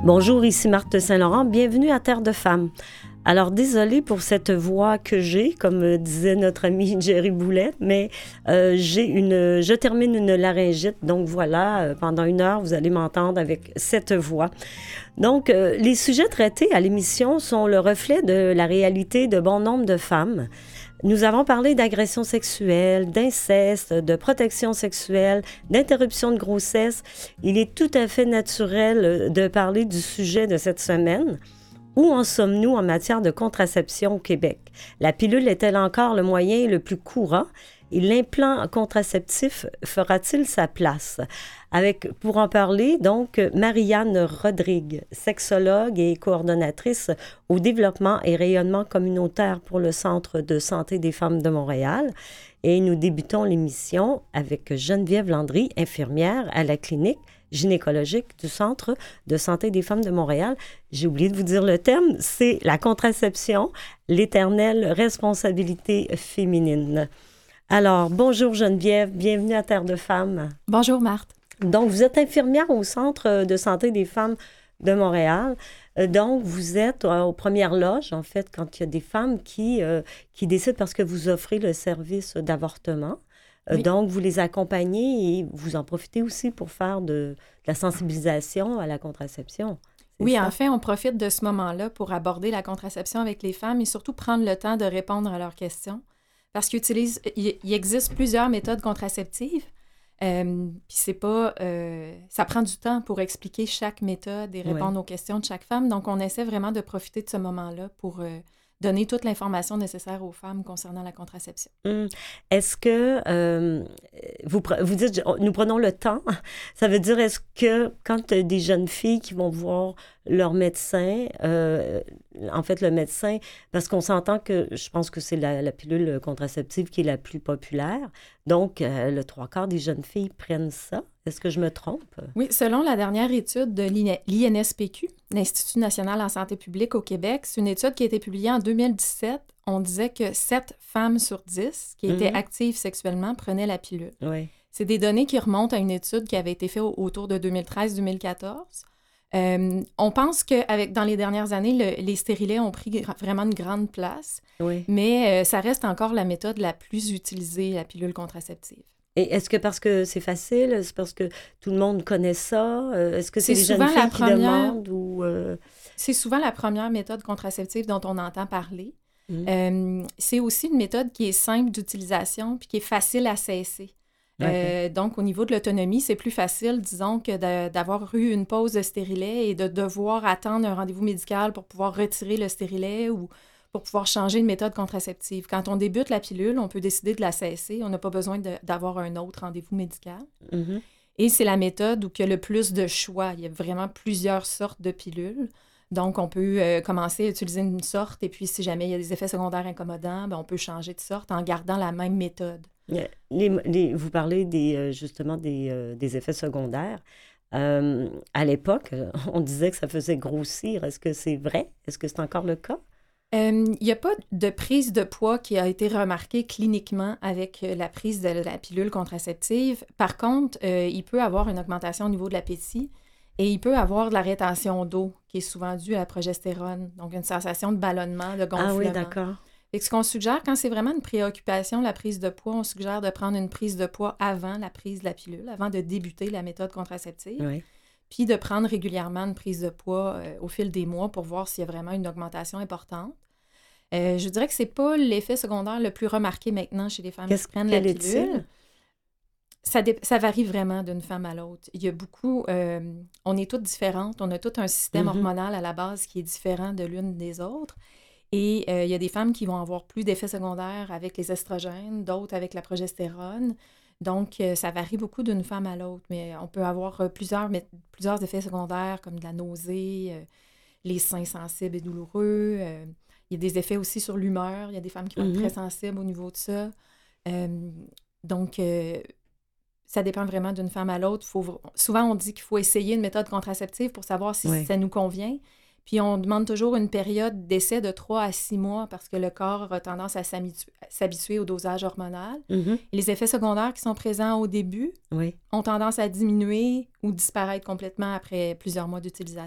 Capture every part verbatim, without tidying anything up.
Bonjour, ici Marthe Saint-Laurent, bienvenue à Terre de Femmes. Alors, désolée pour cette voix que j'ai, comme disait notre ami Jerry Boulet, mais euh, j'ai une, je termine une laryngite, donc voilà, euh, pendant une heure, vous allez m'entendre avec cette voix. Donc, euh, les sujets traités à l'émission sont le reflet de la réalité de bon nombre de femmes. Nous avons parlé d'agression sexuelle, d'inceste, de protection sexuelle, d'interruption de grossesse. Il est tout à fait naturel de parler du sujet de cette semaine. Où en sommes-nous en matière de contraception au Québec? La pilule est-elle encore le moyen le plus courant? Et l'implant contraceptif fera-t-il sa place? Avec, pour en parler, donc, Marianne Rodrigue, sexologue et coordonnatrice au développement et rayonnement communautaire pour le Centre de santé des femmes de Montréal. Et nous débutons l'émission avec Geneviève Landry, infirmière à la clinique gynécologique du Centre de santé des femmes de Montréal. J'ai oublié de vous dire le thème, c'est la contraception, l'éternelle responsabilité féminine. Alors, bonjour Geneviève, bienvenue à Terre de Femmes. Bonjour Marthe. Donc, vous êtes infirmière au Centre de santé des femmes de Montréal. Donc, vous êtes aux premières loges, en fait, quand il y a des femmes qui, euh, qui décident parce que vous offrez le service d'avortement. Oui. Donc, vous les accompagnez et vous en profitez aussi pour faire de, de la sensibilisation à la contraception. Oui, ça? En fait, on profite de ce moment-là pour aborder la contraception avec les femmes et surtout prendre le temps de répondre à leurs questions. Parce qu'il il existe plusieurs méthodes contraceptives. Euh, puis c'est pas... Euh, ça prend du temps pour expliquer chaque méthode et répondre ouais. aux questions de chaque femme. Donc, on essaie vraiment de profiter de ce moment-là pour... Euh, donner toute l'information nécessaire aux femmes concernant la contraception. Hum. Est-ce que, euh, vous, vous dites, nous prenons le temps, ça veut dire, est-ce que quand des jeunes filles qui vont voir leur médecin, euh, en fait, le médecin, parce qu'on s'entend que, je pense que c'est la, la pilule contraceptive qui est la plus populaire, donc euh, le trois quarts des jeunes filles prennent ça. Est-ce que je me trompe? Oui, selon la dernière étude de l'I N S P Q, l'Institut national en santé publique au Québec, c'est une étude qui a été publiée en deux mille dix-sept. On disait que sept femmes sur dix qui étaient mm-hmm. actives sexuellement prenaient la pilule. Oui. C'est des données qui remontent à une étude qui avait été faite autour de deux mille treize deux mille quatorze. Euh, on pense que dans les dernières années, le, les stérilets ont pris vraiment une grande place, oui. mais euh, ça reste encore la méthode la plus utilisée, la pilule contraceptive. Et est-ce que parce que c'est facile, c'est parce que tout le monde connaît ça? Est-ce que c'est, c'est les jeunes filles qui première... demandent? Ou euh... C'est souvent la première méthode contraceptive dont on entend parler. Mmh. Euh, c'est aussi une méthode qui est simple d'utilisation puis qui est facile à cesser. Okay. Euh, donc, au niveau de l'autonomie, c'est plus facile, disons, que de, d'avoir eu une pause de stérilet et de devoir attendre un rendez-vous médical pour pouvoir retirer le stérilet ou pour pouvoir changer de méthode contraceptive. Quand on débute la pilule, on peut décider de la cesser. On n'a pas besoin de, d'avoir un autre rendez-vous médical. Mm-hmm. Et c'est la méthode où il y a le plus de choix. Il y a vraiment plusieurs sortes de pilules. Donc, on peut euh, commencer à utiliser une sorte et puis si jamais il y a des effets secondaires incommodants, ben, on peut changer de sorte en gardant la même méthode. Les, les, vous parlez des, justement des, euh, des effets secondaires. Euh, à l'époque, on disait que ça faisait grossir. Est-ce que c'est vrai? Est-ce que c'est encore le cas? Il n'y euh, a pas de prise de poids qui a été remarquée cliniquement avec la prise de la pilule contraceptive. Par contre, euh, il peut avoir une augmentation au niveau de l'appétit et il peut avoir de la rétention d'eau qui est souvent due à la progestérone, donc une sensation de ballonnement, de gonflement. Ah oui, d'accord. Et ce qu'on suggère, quand c'est vraiment une préoccupation, la prise de poids, on suggère de prendre une prise de poids avant la prise de la pilule, avant de débuter la méthode contraceptive. Oui. Puis de prendre régulièrement une prise de poids euh, au fil des mois pour voir s'il y a vraiment une augmentation importante. Euh, je dirais que c'est pas l'effet secondaire le plus remarqué maintenant chez les femmes Qu'est-ce qui prennent la pilule. Est-il? Ça, dé- ça varie vraiment d'une femme à l'autre. Il y a beaucoup... Euh, on est toutes différentes. On a tout un système mm-hmm. hormonal à la base qui est différent de l'une des autres. Et euh, il y a des femmes qui vont avoir plus d'effets secondaires avec les estrogènes, d'autres avec la progestérone. Donc, euh, ça varie beaucoup d'une femme à l'autre. Mais on peut avoir euh, plusieurs, mais, plusieurs effets secondaires comme de la nausée, euh, les seins sensibles et douloureux. Euh, il y a des effets aussi sur l'humeur. Il y a des femmes qui vont mm-hmm. être très sensibles au niveau de ça. Euh, donc, euh, ça dépend vraiment d'une femme à l'autre. Faut, souvent, on dit qu'il faut essayer une méthode contraceptive pour savoir si oui. ça nous convient. Puis, on demande toujours une période d'essai de trois à six mois parce que le corps a tendance à s'habituer, s'habituer au dosage hormonal. Mm-hmm. Et les effets secondaires qui sont présents au début oui. ont tendance à diminuer ou disparaître complètement après plusieurs mois d'utilisation.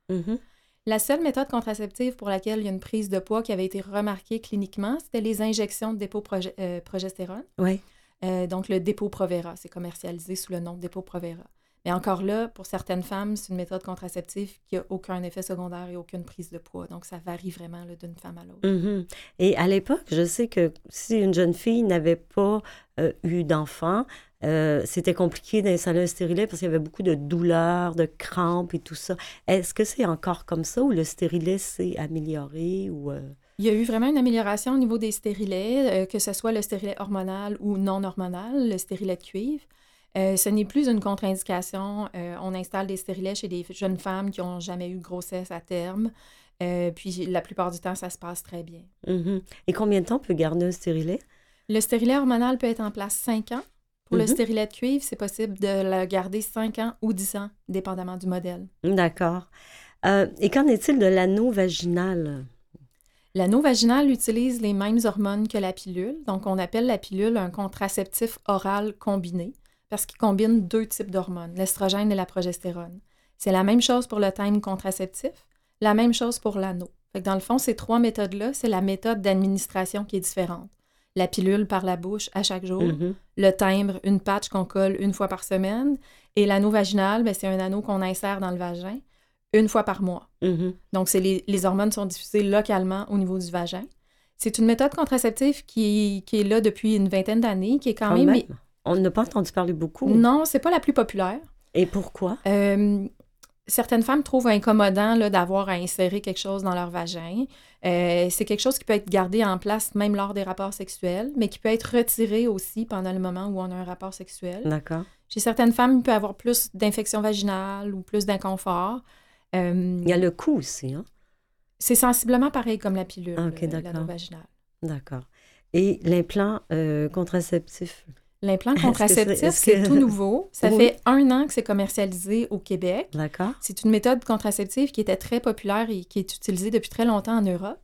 Mm-hmm. La seule méthode contraceptive pour laquelle il y a une prise de poids qui avait été remarquée cliniquement, c'était les injections de dépôt-progestérone. Oui. Euh, donc, le Depo-Provera, c'est commercialisé sous le nom de Depo-Provera. Mais encore là, pour certaines femmes, c'est une méthode contraceptive qui n'a aucun effet secondaire et aucune prise de poids. Donc, ça varie vraiment là, d'une femme à l'autre. Mm-hmm. Et à l'époque, je sais que si une jeune fille n'avait pas euh, eu d'enfant, euh, c'était compliqué d'installer un stérilet parce qu'il y avait beaucoup de douleurs, de crampes et tout ça. Est-ce que c'est encore comme ça ou le stérilet s'est amélioré ou... Euh... Il y a eu vraiment une amélioration au niveau des stérilets, euh, que ce soit le stérilet hormonal ou non hormonal, le stérilet de cuivre. Euh, ce n'est plus une contre-indication. Euh, on installe des stérilets chez des jeunes femmes qui n'ont jamais eu de grossesse à terme. Euh, puis la plupart du temps, ça se passe très bien. Mm-hmm. Et combien de temps peut garder un stérilet? Le stérilet hormonal peut être en place cinq ans. Pour mm-hmm. le stérilet de cuivre, c'est possible de le garder cinq ans ou dix ans, dépendamment du modèle. D'accord. Euh, et qu'en est-il de l'anneau vaginal? L'anneau vaginal utilise les mêmes hormones que la pilule. Donc, on appelle la pilule un contraceptif oral combiné parce qu'il combine deux types d'hormones, l'estrogène et la progestérone. C'est la même chose pour le time contraceptif, la même chose pour l'anneau. Fait que dans le fond, ces trois méthodes-là, c'est la méthode d'administration qui est différente. La pilule par la bouche à chaque jour, mm-hmm. le timbre, une patch qu'on colle une fois par semaine, et l'anneau vaginal, bien, c'est un anneau qu'on insère dans le vagin une fois par mois. Mm-hmm. Donc, c'est les, les hormones sont diffusées localement au niveau du vagin. C'est une méthode contraceptive qui, qui est là depuis une vingtaine d'années, qui est quand, quand même... même. On n'a pas entendu parler beaucoup. Non, c'est pas la plus populaire. Et pourquoi? Euh, certaines femmes trouvent incommodant là, d'avoir à insérer quelque chose dans leur vagin. Euh, c'est quelque chose qui peut être gardé en place même lors des rapports sexuels, mais qui peut être retiré aussi pendant le moment où on a un rapport sexuel. D'accord. Chez certaines femmes, il peut y avoir plus d'infections vaginales ou plus d'inconfort. Euh, il y a le cou aussi, hein? C'est sensiblement pareil comme la pilule, ah, okay, le, l'anneau vaginal. D'accord. Et l'implant euh, contraceptif? L'implant contraceptif, est-ce que... c'est tout nouveau. Ça oui. fait un an que c'est commercialisé au Québec. D'accord. C'est une méthode contraceptive qui était très populaire et qui est utilisée depuis très longtemps en Europe.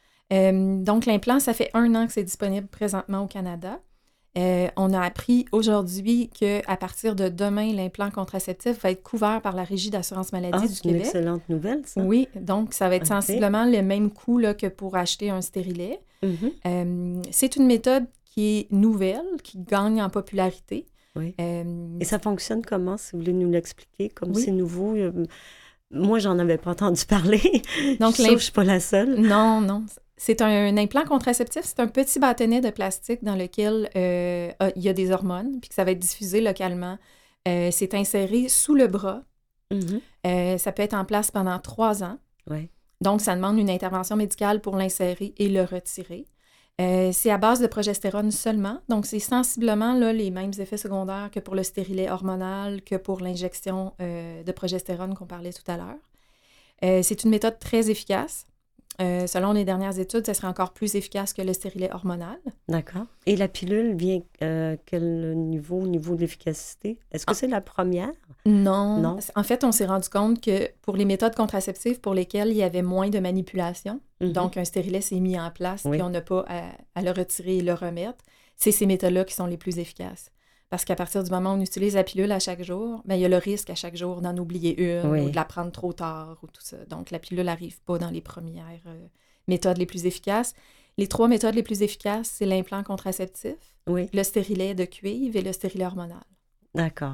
Euh, donc, l'implant, ça fait un an que c'est disponible présentement au Canada. Euh, on a appris aujourd'hui qu'à partir de demain, l'implant contraceptif va être couvert par la Régie d'assurance maladie ah, du c'est Québec. C'est une excellente nouvelle, ça. Oui, donc ça va être okay. sensiblement le même coût là, que pour acheter un stérilet. Mm-hmm. Euh, c'est une méthode qui est nouvelle, qui gagne en popularité. Oui. Euh, Et ça fonctionne comment, si vous voulez nous l'expliquer? Comme oui. c'est nouveau, euh, moi, j'en avais pas entendu parler. Donc, je ne suis pas la seule. Non, non. C'est un implant contraceptif, c'est un petit bâtonnet de plastique dans lequel euh, il y a des hormones, puis que ça va être diffusé localement. Euh, c'est inséré sous le bras. Mm-hmm. Euh, ça peut être en place pendant trois ans. Ouais. Donc, ça demande une intervention médicale pour l'insérer et le retirer. Euh, c'est à base de progestérone seulement. Donc, c'est sensiblement là, les mêmes effets secondaires que pour le stérilet hormonal, que pour l'injection euh, de progestérone qu'on parlait tout à l'heure. Euh, c'est une méthode très efficace. Euh, selon les dernières études, ça serait encore plus efficace que le stérilet hormonal. D'accord. Et la pilule vient euh, quel niveau, au niveau de l'efficacité? Est-ce que ah. c'est la première? Non. Non. En fait, on s'est rendu compte que pour les méthodes contraceptives pour lesquelles il y avait moins de manipulation, mm-hmm. donc un stérilet s'est mis en place oui. puis on n'a pas à, à le retirer et le remettre, c'est ces méthodes-là qui sont les plus efficaces. Parce qu'à partir du moment où on utilise la pilule à chaque jour, bien, il y a le risque à chaque jour d'en oublier une oui. ou de la prendre trop tard ou tout ça. Donc, la pilule n'arrive pas dans les premières euh, méthodes les plus efficaces. Les trois méthodes les plus efficaces, c'est l'implant contraceptif, oui. le stérilet de cuivre et le stérilet hormonal. D'accord.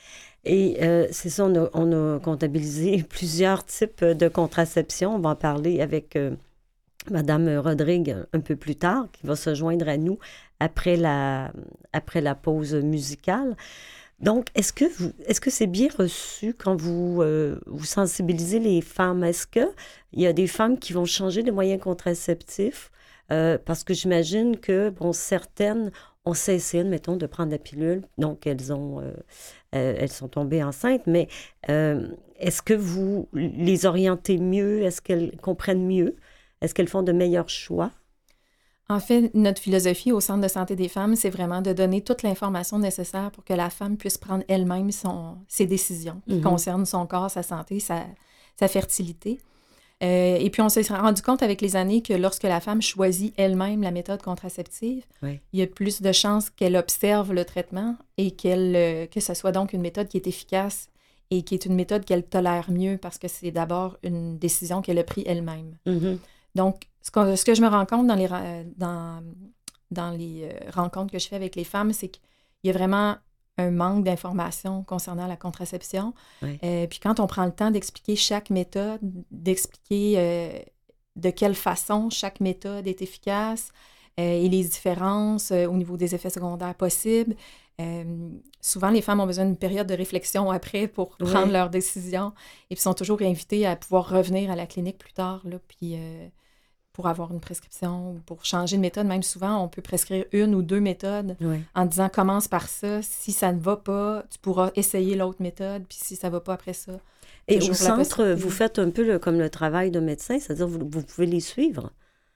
Et euh, c'est ça, on a, on a comptabilisé plusieurs types de contraception. On va en parler avec... Euh, Madame Rodrigue, un peu plus tard, qui va se joindre à nous après la, après la pause musicale. Donc, est-ce que vous, est-ce que c'est bien reçu quand vous, euh, vous sensibilisez les femmes? Est-ce qu'il y a des femmes qui vont changer de moyens contraceptifs? Euh, parce que j'imagine que, bon, certaines ont cessé, mettons, de prendre la pilule, donc elles ont, euh, euh, elles sont tombées enceintes, mais euh, est-ce que vous les orientez mieux? Est-ce qu'elles comprennent mieux? Est-ce qu'elles font de meilleurs choix? En fait, notre philosophie au Centre de santé des femmes, c'est vraiment de donner toute l'information nécessaire pour que la femme puisse prendre elle-même son, ses décisions qui mm-hmm. concernent son corps, sa santé, sa, sa fertilité. Euh, et puis, on s'est rendu compte avec les années que lorsque la femme choisit elle-même la méthode contraceptive, oui. il y a plus de chances qu'elle observe le traitement et qu'elle, euh, que ce soit donc une méthode qui est efficace et qui est une méthode qu'elle tolère mieux parce que c'est d'abord une décision qu'elle a prise elle-même. Mm-hmm. Donc, ce que, ce que je me rends compte dans les, dans, dans les rencontres que je fais avec les femmes, c'est qu'il y a vraiment un manque d'informations concernant la contraception. Oui. Euh, puis quand on prend le temps d'expliquer chaque méthode, d'expliquer euh, de quelle façon chaque méthode est efficace euh, et les différences euh, au niveau des effets secondaires possibles, euh, souvent les femmes ont besoin d'une période de réflexion après pour prendre Oui. leur décision et puis sont toujours invitées à pouvoir revenir à la clinique plus tard, là, puis... Euh, pour avoir une prescription ou pour changer de méthode. Même souvent, on peut prescrire une ou deux méthodes Oui. en disant « commence par ça, si ça ne va pas, tu pourras essayer l'autre méthode, puis si ça ne va pas après ça. » Et au centre, vous faites un peu le, comme le travail de médecin, c'est-à-dire vous, vous pouvez les suivre?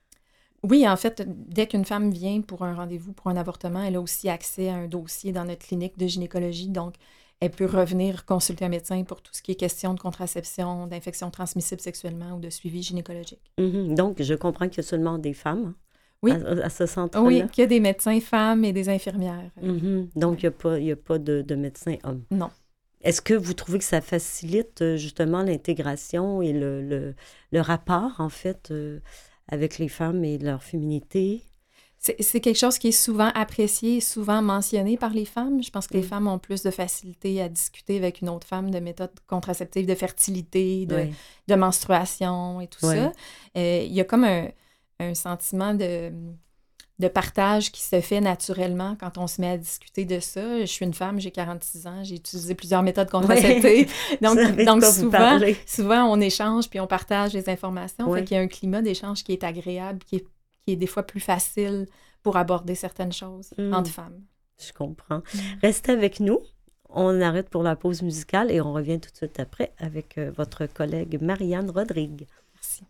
Oui, en fait, dès qu'une femme vient pour un rendez-vous pour un avortement, elle a aussi accès à un dossier dans notre clinique de gynécologie, donc elle peut revenir consulter un médecin pour tout ce qui est question de contraception, d'infection transmissible sexuellement ou de suivi gynécologique. Mm-hmm. Donc, je comprends qu'il y a seulement des femmes oui. à, à ce centre-là. Oui, qu'il y a des médecins femmes et des infirmières. Mm-hmm. Donc, il n'y a pas, il y a pas de, de médecins hommes. Non. Est-ce que vous trouvez que ça facilite justement l'intégration et le, le, le rapport, en fait, euh, avec les femmes et leur féminité? C'est, c'est quelque chose qui est souvent apprécié, souvent mentionné par les femmes. Je pense que les Mm. femmes ont plus de facilité à discuter avec une autre femme de méthodes contraceptives, de fertilité, de, Oui. de menstruation et tout Oui. ça. Euh, il y a comme un, un sentiment de, de partage qui se fait naturellement quand on se met à discuter de ça. Je suis une femme, j'ai quarante-six ans, j'ai utilisé plusieurs méthodes contraceptives. Oui. donc, donc souvent, souvent, souvent, on échange puis on partage les informations. Oui. Fait qu'il y a un climat d'échange qui est agréable, qui est qui est des fois plus facile pour aborder certaines choses mm. entre femmes. Je comprends. Mm. Restez avec nous. On arrête pour la pause musicale et on revient tout de suite après avec euh, votre collègue Marianne Rodrigue. Merci.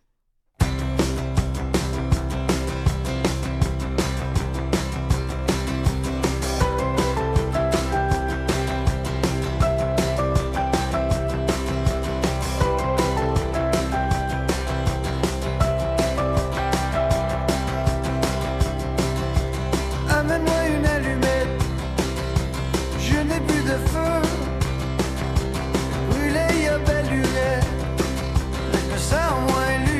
Amène-moi une allumette, je n'ai plus de feu. Brûlé, y a belle lurette, mais que ça en moins lu.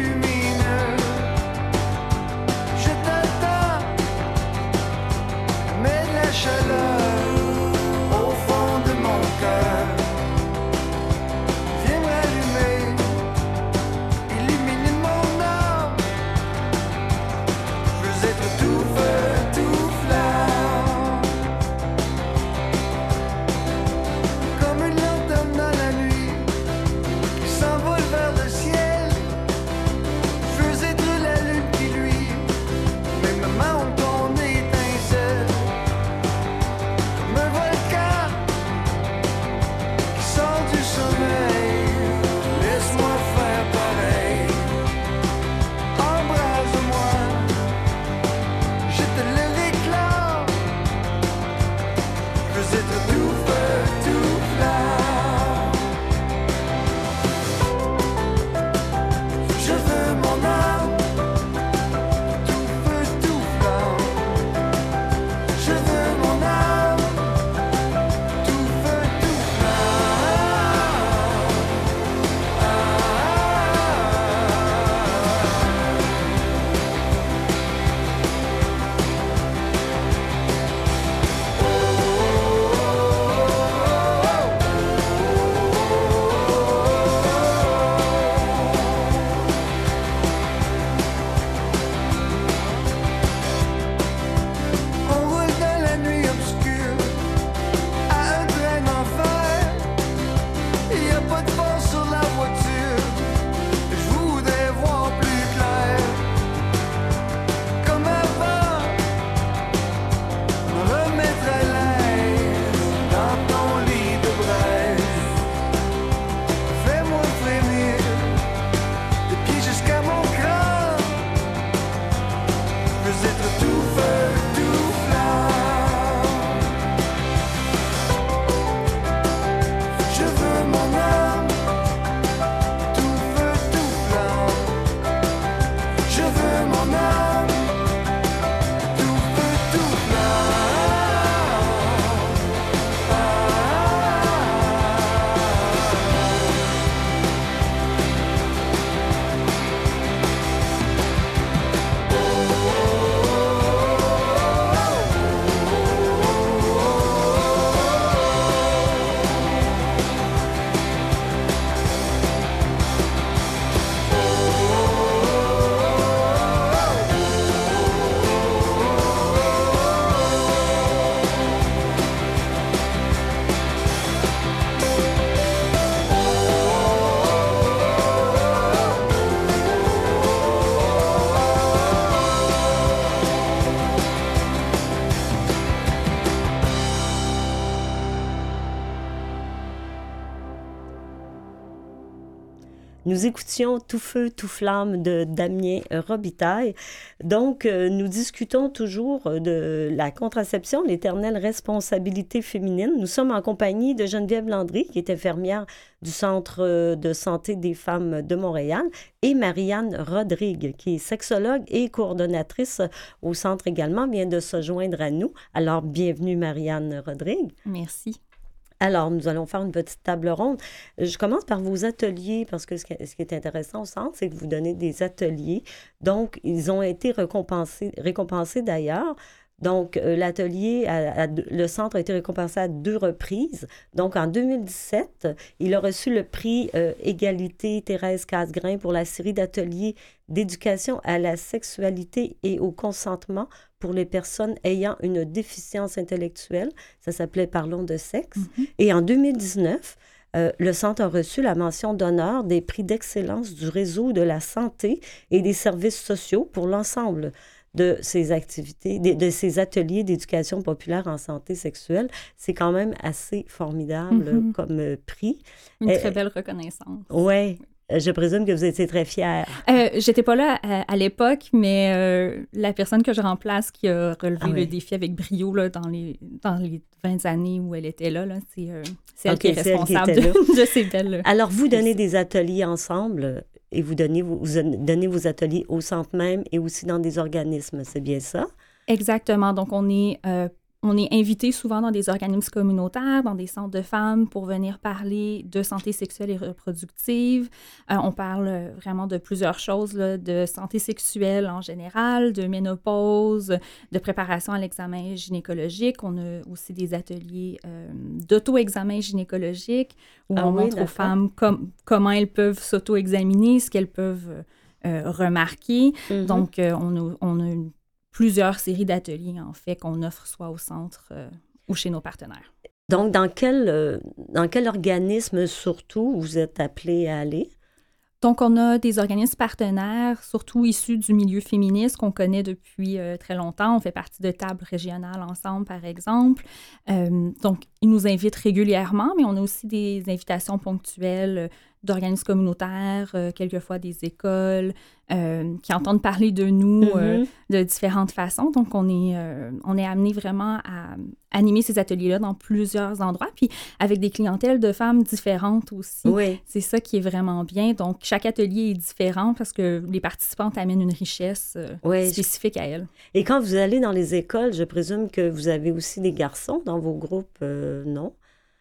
nous écoutions Tout feu, tout flamme de Damien Robitaille. Donc, euh, nous discutons toujours de la contraception, l'éternelle responsabilité féminine. Nous sommes en compagnie de Geneviève Landry, qui est infirmière du Centre de santé des femmes de Montréal, et Marianne Rodrigue, qui est sexologue et coordonnatrice au centre également, vient de se joindre à nous. Alors, bienvenue Marianne Rodrigue. Merci. Alors, nous allons faire une petite table ronde. Je commence par vos ateliers, parce que ce qui est intéressant au centre, c'est que vous donnez des ateliers. Donc, ils ont été récompensés, récompensés d'ailleurs. Donc, euh, l'atelier, à, à, le centre a été récompensé à deux reprises. Donc, en deux mille dix-sept, il a reçu le prix euh, Égalité Thérèse Casgrain pour la série d'ateliers d'éducation à la sexualité et au consentement pour les personnes ayant une déficience intellectuelle. Ça s'appelait Parlons de sexe. Mm-hmm. Et en deux mille dix-neuf, euh, le centre a reçu la mention d'honneur des prix d'excellence du réseau de la santé et des services sociaux pour l'ensemble de ces activités, de, de ces ateliers d'éducation populaire en santé sexuelle. C'est quand même assez formidable mm-hmm. comme euh, prix. Une euh, très belle reconnaissance. Ouais. Je présume que vous étiez très fière. Euh, j'étais pas là à, à l'époque, mais euh, la personne que je remplace qui a relevé ah oui. le défi avec brio là, dans, les, dans les vingt années où elle était là, là c'est, euh, c'est elle okay, qui est responsable qui de, de ces belles... Alors, vous donnez des ateliers ensemble et vous donnez, vous, vous donnez vos ateliers au centre même et aussi dans des organismes, c'est bien ça? Exactement. Donc, on est... Euh, On est invité souvent dans des organismes communautaires, dans des centres de femmes pour venir parler de santé sexuelle et reproductive. Euh, on parle vraiment de plusieurs choses, là, de santé sexuelle en général, de ménopause, de préparation à l'examen gynécologique. On a aussi des ateliers euh, d'auto-examen gynécologique où ah on oui, montre d'accord. aux femmes com- comment elles peuvent s'auto-examiner, ce qu'elles peuvent euh, remarquer. Mm-hmm. Donc, euh, on a, on a une plusieurs séries d'ateliers, en fait, qu'on offre soit au centre euh, ou chez nos partenaires. Donc, dans quel, euh, dans quel organisme, surtout, vous êtes appelés à aller? Donc, on a des organismes partenaires, surtout issus du milieu féministe qu'on connaît depuis euh, très longtemps. On fait partie de tables régionales ensemble, par exemple. Euh, donc, ils nous invitent régulièrement, mais on a aussi des invitations ponctuelles euh, d'organismes communautaires, euh, quelquefois des écoles, euh, qui entendent parler de nous mm-hmm. euh, de différentes façons. Donc, on est, euh, on est amené vraiment à animer ces ateliers-là dans plusieurs endroits, puis avec des clientèles de femmes différentes aussi. Oui. C'est ça qui est vraiment bien. Donc, chaque atelier est différent parce que les participantes amènent une richesse euh, oui. spécifique à elles. Et quand vous allez dans les écoles, je présume que vous avez aussi des garçons dans vos groupes, euh, non?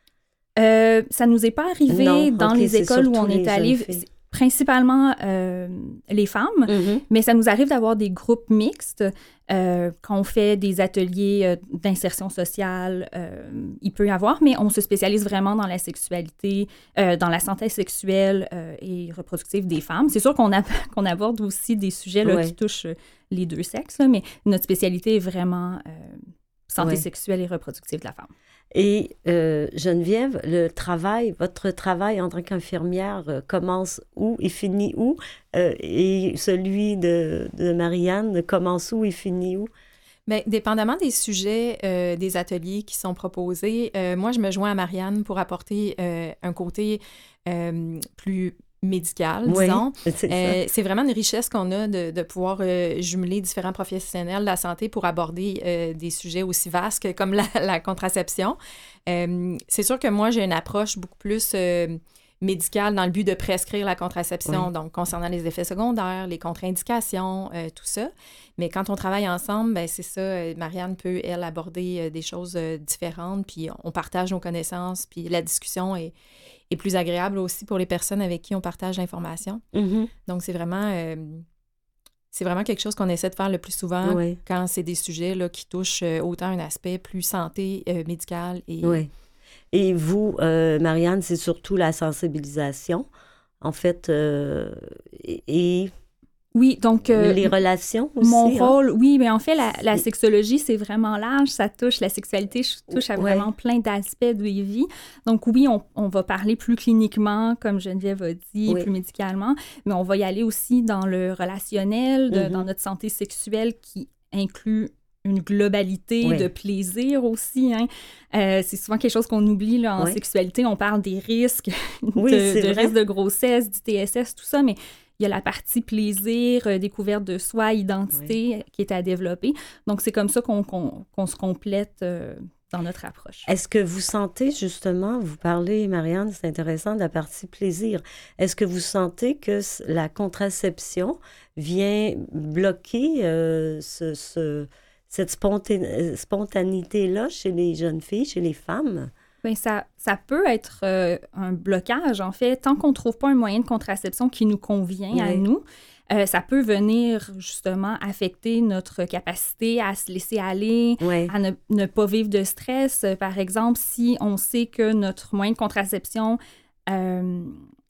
Euh, ça ne nous est pas arrivé non, dans okay, les écoles où on est allé, principalement euh, les femmes, mm-hmm. mais ça nous arrive d'avoir des groupes mixtes. Euh, quand on fait des ateliers euh, d'insertion sociale, euh, il peut y avoir, mais on se spécialise vraiment dans la sexualité, euh, dans la santé sexuelle euh, et reproductive des femmes. C'est sûr qu'on, a, qu'on aborde aussi des sujets là, ouais. qui touchent les deux sexes, là, mais notre spécialité est vraiment euh, santé ouais. sexuelle et reproductive de la femme. Et euh, Geneviève, le travail, votre travail en tant qu'infirmière euh, commence où et finit où? Euh, et celui de, de Marianne commence où et finit où? Bien, dépendamment des sujets, euh, des ateliers qui sont proposés, euh, moi, je me joins à Marianne pour apporter euh, un côté euh, plus médical, oui, disons. C'est, euh, c'est vraiment une richesse qu'on a de, de pouvoir euh, jumeler différents professionnels de la santé pour aborder euh, des sujets aussi vastes que, comme la, la contraception. Euh, c'est sûr que moi, j'ai une approche beaucoup plus euh, médicale dans le but de prescrire la contraception, oui. donc concernant les effets secondaires, les contre-indications, euh, tout ça. Mais quand on travaille ensemble, ben c'est ça, euh, Marianne peut, elle, aborder euh, des choses euh, différentes, puis on partage nos connaissances, puis la discussion est est plus agréable aussi pour les personnes avec qui on partage l'information. Mm-hmm. Donc, c'est vraiment, euh, c'est vraiment quelque chose qu'on essaie de faire le plus souvent oui. quand c'est des sujets là, qui touchent euh, autant un aspect plus santé euh, médicale. Et... Oui. Et vous, euh, Marianne, c'est surtout la sensibilisation, en fait, euh, et... et... Oui, donc... Euh, les relations aussi. Mon hein? rôle, oui, mais en fait, la, la sexologie, c'est vraiment large. Ça touche, la sexualité touche à ouais. vraiment plein d'aspects de la vie. Donc oui, on, on va parler plus cliniquement, comme Geneviève a dit, oui. plus médicalement, mais on va y aller aussi dans le relationnel, de, mm-hmm. dans notre santé sexuelle qui inclut une globalité oui. de plaisir aussi. Hein. Euh, c'est souvent quelque chose qu'on oublie là, en oui. sexualité. On parle des risques oui, de, de risques de grossesse, d'I T S S, tout ça, mais il y a la partie plaisir, euh, découverte de soi, identité oui. qui est à développer. Donc, c'est comme ça qu'on, qu'on, qu'on se complète euh, dans notre approche. Est-ce que vous sentez justement, vous parlez, Marianne, c'est intéressant, de la partie plaisir. Est-ce que vous sentez que la contraception vient bloquer euh, ce, ce, cette spontan- spontanéité-là chez les jeunes filles, chez les femmes? Bien, ça, ça peut être euh, un blocage, en fait. Tant qu'on ne trouve pas un moyen de contraception qui nous convient oui. à nous, euh, ça peut venir justement affecter notre capacité à se laisser aller, oui. à ne, ne pas vivre de stress. Par exemple, si on sait que notre moyen de contraception... Euh,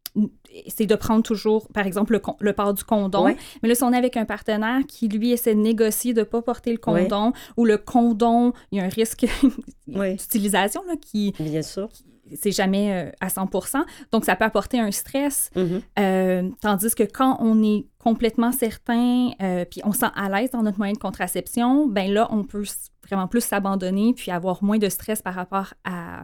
c'est de prendre toujours, par exemple, le, le port du condom. Ouais. Mais là, si on est avec un partenaire qui, lui, essaie de négocier de ne pas porter le condom, ouais. ou le condom, il y a un risque ouais. d'utilisation là, qui... Bien sûr. Qui, c'est jamais euh, à cent pour cent. Donc, ça peut apporter un stress. Mm-hmm. Euh, tandis que quand on est complètement certain, euh, puis on se sent à l'aise dans notre moyen de contraception, bien là, on peut vraiment plus s'abandonner puis avoir moins de stress par rapport à...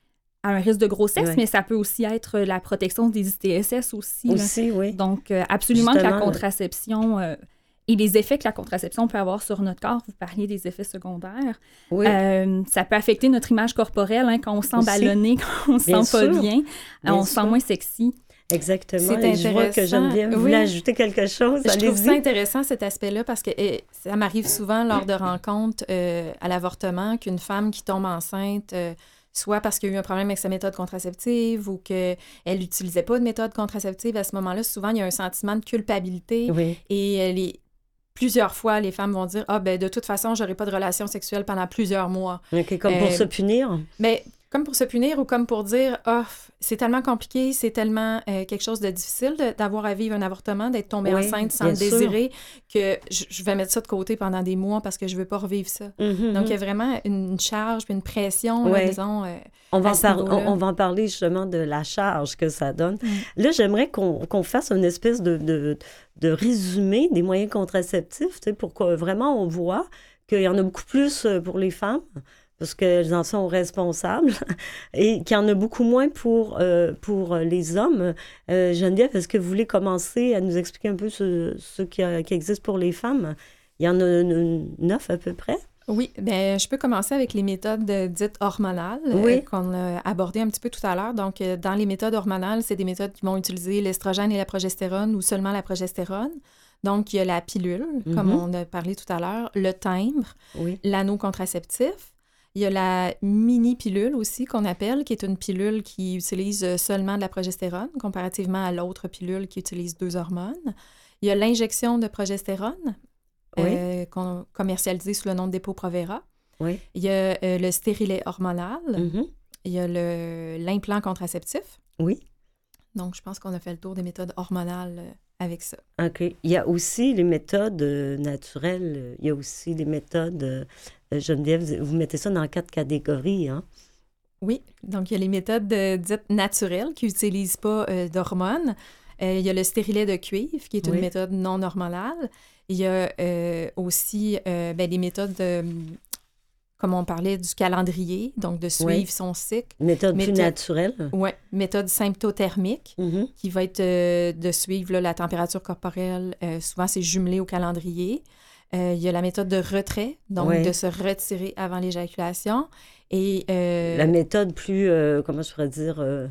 à un risque de grossesse, ouais. mais ça peut aussi être la protection des I T S S aussi. Aussi, là. Oui. Donc, euh, absolument Justement, que la contraception euh, et les effets que la contraception peut avoir sur notre corps, vous parliez des effets secondaires, oui. euh, ça peut affecter notre image corporelle, hein, quand on se sent aussi. Ballonné, quand on se bien sent sûr. pas bien, bien on se sent moins sexy. Exactement. C'est et je vois que Geneviève oui. voulait ajouter quelque chose. Je Allez-y. trouve ça intéressant, cet aspect-là, parce que eh, ça m'arrive souvent lors de rencontres euh, à l'avortement qu'une femme qui tombe enceinte... Euh, soit parce qu'il y a eu un problème avec sa méthode contraceptive ou qu'elle n'utilisait pas de méthode contraceptive, à ce moment-là, souvent, il y a un sentiment de culpabilité. Oui. Et les, plusieurs fois, les femmes vont dire « Ah, ben de toute façon, je n'aurai pas de relation sexuelle pendant plusieurs mois. Okay, » Comme pour euh, se punir? Mais comme pour se punir ou comme pour dire « Ah, oh, c'est tellement compliqué, c'est tellement euh, quelque chose de difficile de, d'avoir à vivre un avortement, d'être tombée oui, enceinte sans le désirer, que je, je vais mettre ça de côté pendant des mois parce que je ne veux pas revivre ça. Mm-hmm. » Donc, il y a vraiment une charge puis une pression, oui. là, disons, euh, on, va par- on, on va en parler justement de la charge que ça donne. Mm. Là, j'aimerais qu'on, qu'on fasse une espèce de, de, de résumé des moyens contraceptifs, pour que vraiment on voit qu'il y en a beaucoup plus pour les femmes, parce qu'elles en sont responsables, et qu'il y en a beaucoup moins pour, euh, pour les hommes. Euh, Geneviève, est-ce que vous voulez commencer à nous expliquer un peu ce, ce qui, a, qui existe pour les femmes? Il y en a neuf à peu près. Oui, bien, je peux commencer avec les méthodes dites hormonales oui. euh, qu'on a abordées un petit peu tout à l'heure. Donc, euh, dans les méthodes hormonales, c'est des méthodes qui vont utiliser l'estrogène et la progestérone ou seulement la progestérone. Donc, il y a la pilule, mm-hmm. comme on a parlé tout à l'heure, le timbre, oui. l'anneau contraceptif. Il y a la mini-pilule aussi qu'on appelle, qui est une pilule qui utilise seulement de la progestérone, comparativement à l'autre pilule qui utilise deux hormones. Il y a l'injection de progestérone, oui. euh, qu'on, commercialisée sous le nom de Depo-Provera. Oui. Il y a euh, le stérilet hormonal. Mm-hmm. Il y a le, l'implant contraceptif. Oui. Donc, je pense qu'on a fait le tour des méthodes hormonales euh, avec ça. OK. Il y a aussi les méthodes euh, naturelles. Il y a aussi les méthodes... Euh, Geneviève, vous mettez ça dans quatre catégories, hein? Oui. Donc, il y a les méthodes euh, dites naturelles qui n'utilisent pas euh, d'hormones. Euh, il y a le stérilet de cuivre, qui est une oui. méthode non hormonale. Il y a euh, aussi euh, ben, les méthodes, euh, comme on parlait, du calendrier, donc de suivre oui. son cycle. Méthode, méthode plus naturelle. Oui, méthode symptothermique, mm-hmm. qui va être euh, de suivre là, la température corporelle. Euh, souvent, c'est jumelé au calendrier. Euh, il y a la méthode de retrait, donc oui. de se retirer avant l'éjaculation. Et, euh... la méthode plus, euh, comment je pourrais dire, euh,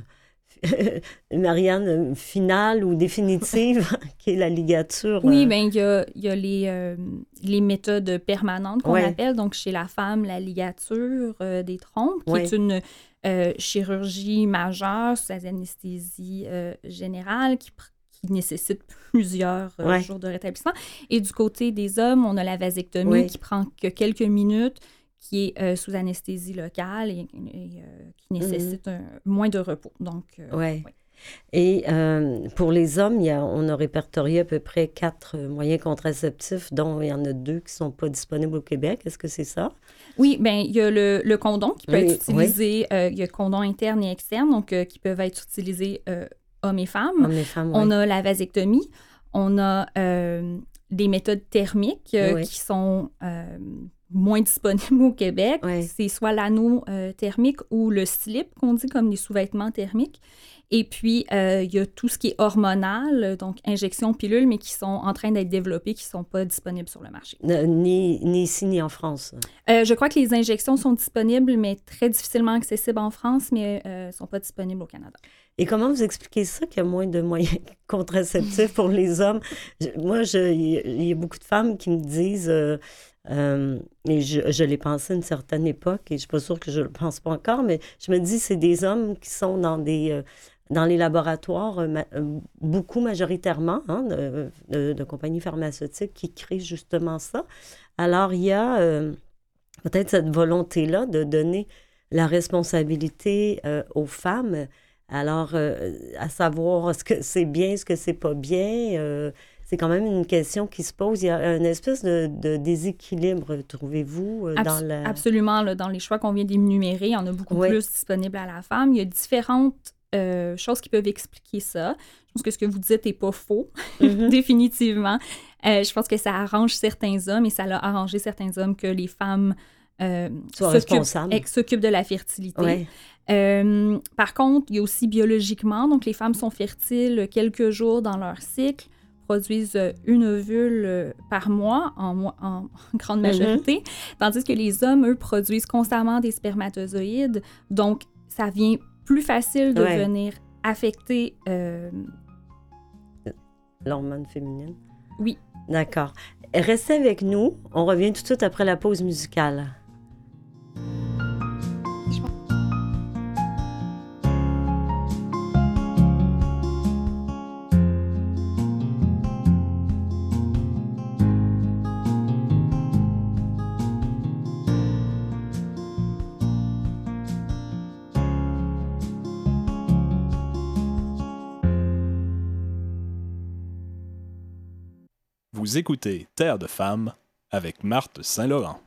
Marianne, finale ou définitive, qui est la ligature. Oui, euh... bien, il y a, y a les, euh, les méthodes permanentes qu'on oui. appelle. Donc, chez la femme, la ligature euh, des trompes, qui oui. est une euh, chirurgie majeure sous anesthésie euh, générale qui qui nécessite plusieurs euh, ouais. jours de rétablissement. Et du côté des hommes, on a la vasectomie oui. qui prend que quelques minutes, qui est euh, sous anesthésie locale et, et euh, qui nécessite mm-hmm. un, moins de repos. Donc, euh, ouais. oui. Et euh, pour les hommes, il y a, on a répertorié à peu près quatre moyens contraceptifs, dont il y en a deux qui ne sont pas disponibles au Québec. Est-ce que c'est ça? Oui, bien, il y a le, le condom qui peut oui, être utilisé. Oui. Euh, il y a le condom interne et externe, donc euh, qui peuvent être utilisés euh, hommes et femmes. Hommes et femmes, on oui. a la vasectomie. On a euh, des méthodes thermiques euh, oui. qui sont... Euh, moins disponibles au Québec. Ouais. C'est soit l'anneau euh, thermique ou le slip, qu'on dit, comme les sous-vêtements thermiques. Et puis, euh, il y a tout ce qui est hormonal, donc injections, pilules, mais qui sont en train d'être développées, qui ne sont pas disponibles sur le marché. Euh, Ni, ni ici, ni en France. Euh, je crois que les injections sont disponibles, mais très difficilement accessibles en France, mais ne euh, sont pas disponibles au Canada. Et comment vous expliquez ça qu'il y a moins de moyens contraceptifs pour les hommes? Je, moi, je, il y a beaucoup de femmes qui me disent, euh, euh, et je, je l'ai pensé à une certaine époque, et je ne suis pas sûre que je ne le pense pas encore, mais je me dis c'est des hommes qui sont dans des... Euh, dans les laboratoires, euh, beaucoup majoritairement, hein, de, de, de compagnies pharmaceutiques qui créent justement ça. Alors, il y a euh, peut-être cette volonté-là de donner la responsabilité euh, aux femmes. Alors, euh, à savoir, est-ce que c'est bien, est-ce que c'est pas bien? Euh, c'est quand même une question qui se pose. Il y a une espèce de, de déséquilibre, trouvez-vous, euh, Abs- dans la... Absolument. Là, dans les choix qu'on vient d'énumérer, il y en a beaucoup Oui. plus disponibles à la femme. Il y a différentes euh, choses qui peuvent expliquer ça. Je pense que ce que vous dites n'est pas faux, mm-hmm. définitivement. Euh, je pense que ça arrange certains hommes et ça l'a arrangé certains hommes que les femmes euh, s'occupent, s'occupent de la fertilité. Ouais. Euh, par contre, il y a aussi biologiquement, donc les femmes sont fertiles quelques jours dans leur cycle, produisent une ovule par mois en, en grande majorité, mm-hmm. tandis que les hommes, eux, produisent constamment des spermatozoïdes, donc ça vient plus facile de ouais. venir affecter... Euh... l'hormone féminine? Oui. D'accord. Restez avec nous, on revient tout de suite après la pause musicale. Vous écoutez Terre de femmes avec Marthe Saint-Laurent.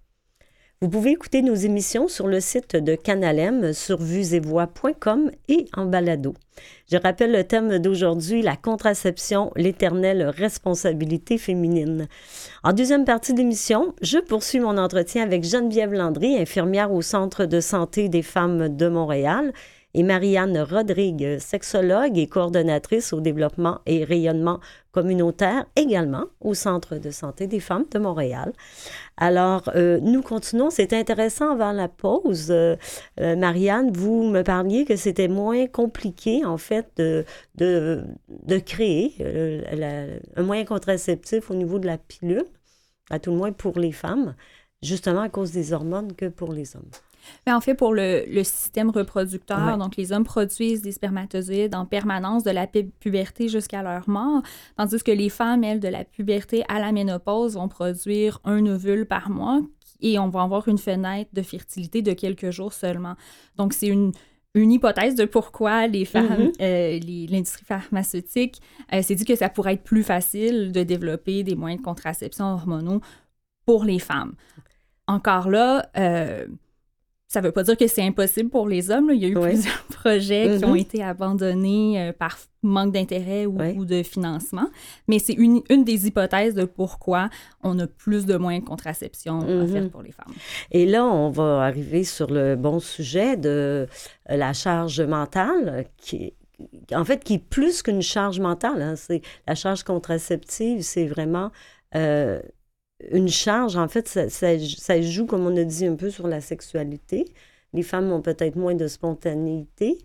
Vous pouvez écouter nos émissions sur le site de Canal M, sur vues et voix point com et en balado. Je rappelle le thème d'aujourd'hui, la contraception, l'éternelle responsabilité féminine. En deuxième partie d'émission, je poursuis mon entretien avec Geneviève Landry, infirmière au Centre de santé des femmes de Montréal, et Marianne Rodrigue, sexologue et coordonnatrice au développement et rayonnement communautaire, également au Centre de santé des femmes de Montréal. Alors, euh, nous continuons. C'est intéressant avant la pause. Euh, euh, Marianne, vous me parliez que c'était moins compliqué, en fait, de, de, de créer euh, la, un moyen contraceptif au niveau de la pilule, à tout le moins pour les femmes, justement à cause des hormones que pour les hommes. Mais en fait, pour le, le système reproducteur, ouais. donc les hommes produisent des spermatozoïdes en permanence de la pu- puberté jusqu'à leur mort, tandis que les femmes, elles, de la puberté à la ménopause, vont produire un ovule par mois et on va avoir une fenêtre de fertilité de quelques jours seulement. Donc, c'est une, une hypothèse de pourquoi les femmes, mm-hmm. euh, les, l'industrie pharmaceutique euh, s'est dit que ça pourrait être plus facile de développer des moyens de contraception hormonaux pour les femmes. Encore là, euh, ça ne veut pas dire que c'est impossible pour les hommes. Là. Il y a eu oui. plusieurs projets mm-hmm. qui ont été abandonnés euh, par manque d'intérêt ou, oui. ou de financement. Mais c'est une, une des hypothèses de pourquoi on a plus de moyens de contraception mm-hmm. offerts pour les femmes. Et là, on va arriver sur le bon sujet de la charge mentale, qui, en fait, qui est plus qu'une charge mentale. Hein. C'est, la charge contraceptive, c'est vraiment... Euh, une charge, en fait, ça, ça, ça joue, comme on a dit, un peu sur la sexualité. Les femmes ont peut-être moins de spontanéité.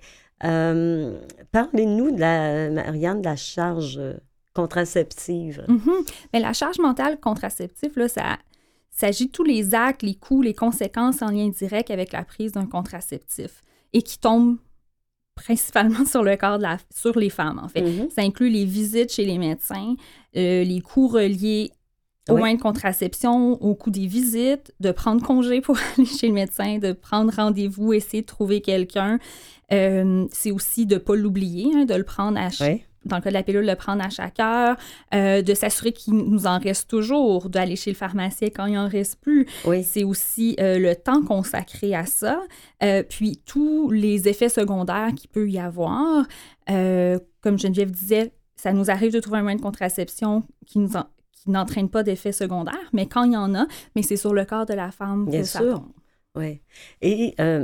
Euh, parlez-nous, de la, Marianne, de la charge contraceptive. Mm-hmm. Mais la charge mentale contraceptive, là, ça s'agit de tous les actes, les coûts, les conséquences en lien direct avec la prise d'un contraceptif et qui tombent principalement sur le corps de la, sur les femmes, en fait. Mm-hmm. Ça inclut les visites chez les médecins, euh, les coûts reliés au oui. moyen de contraception, au coût des visites, de prendre congé pour aller chez le médecin, de prendre rendez-vous, essayer de trouver quelqu'un. Euh, c'est aussi de ne pas l'oublier, hein, de le prendre à ch- oui. dans le cas de la pilule, de le prendre à chaque heure, euh, de s'assurer qu'il nous en reste toujours, d'aller chez le pharmacien quand il n'en reste plus. Oui. C'est aussi euh, le temps consacré à ça, euh, puis tous les effets secondaires qu'il peut y avoir. Euh, comme Geneviève disait, ça nous arrive de trouver un moyen de contraception qui nous en qui n'entraîne pas d'effets secondaires, mais quand il y en a, mais c'est sur le corps de la femme Bien que ça sûr. tombe. Oui. Et euh,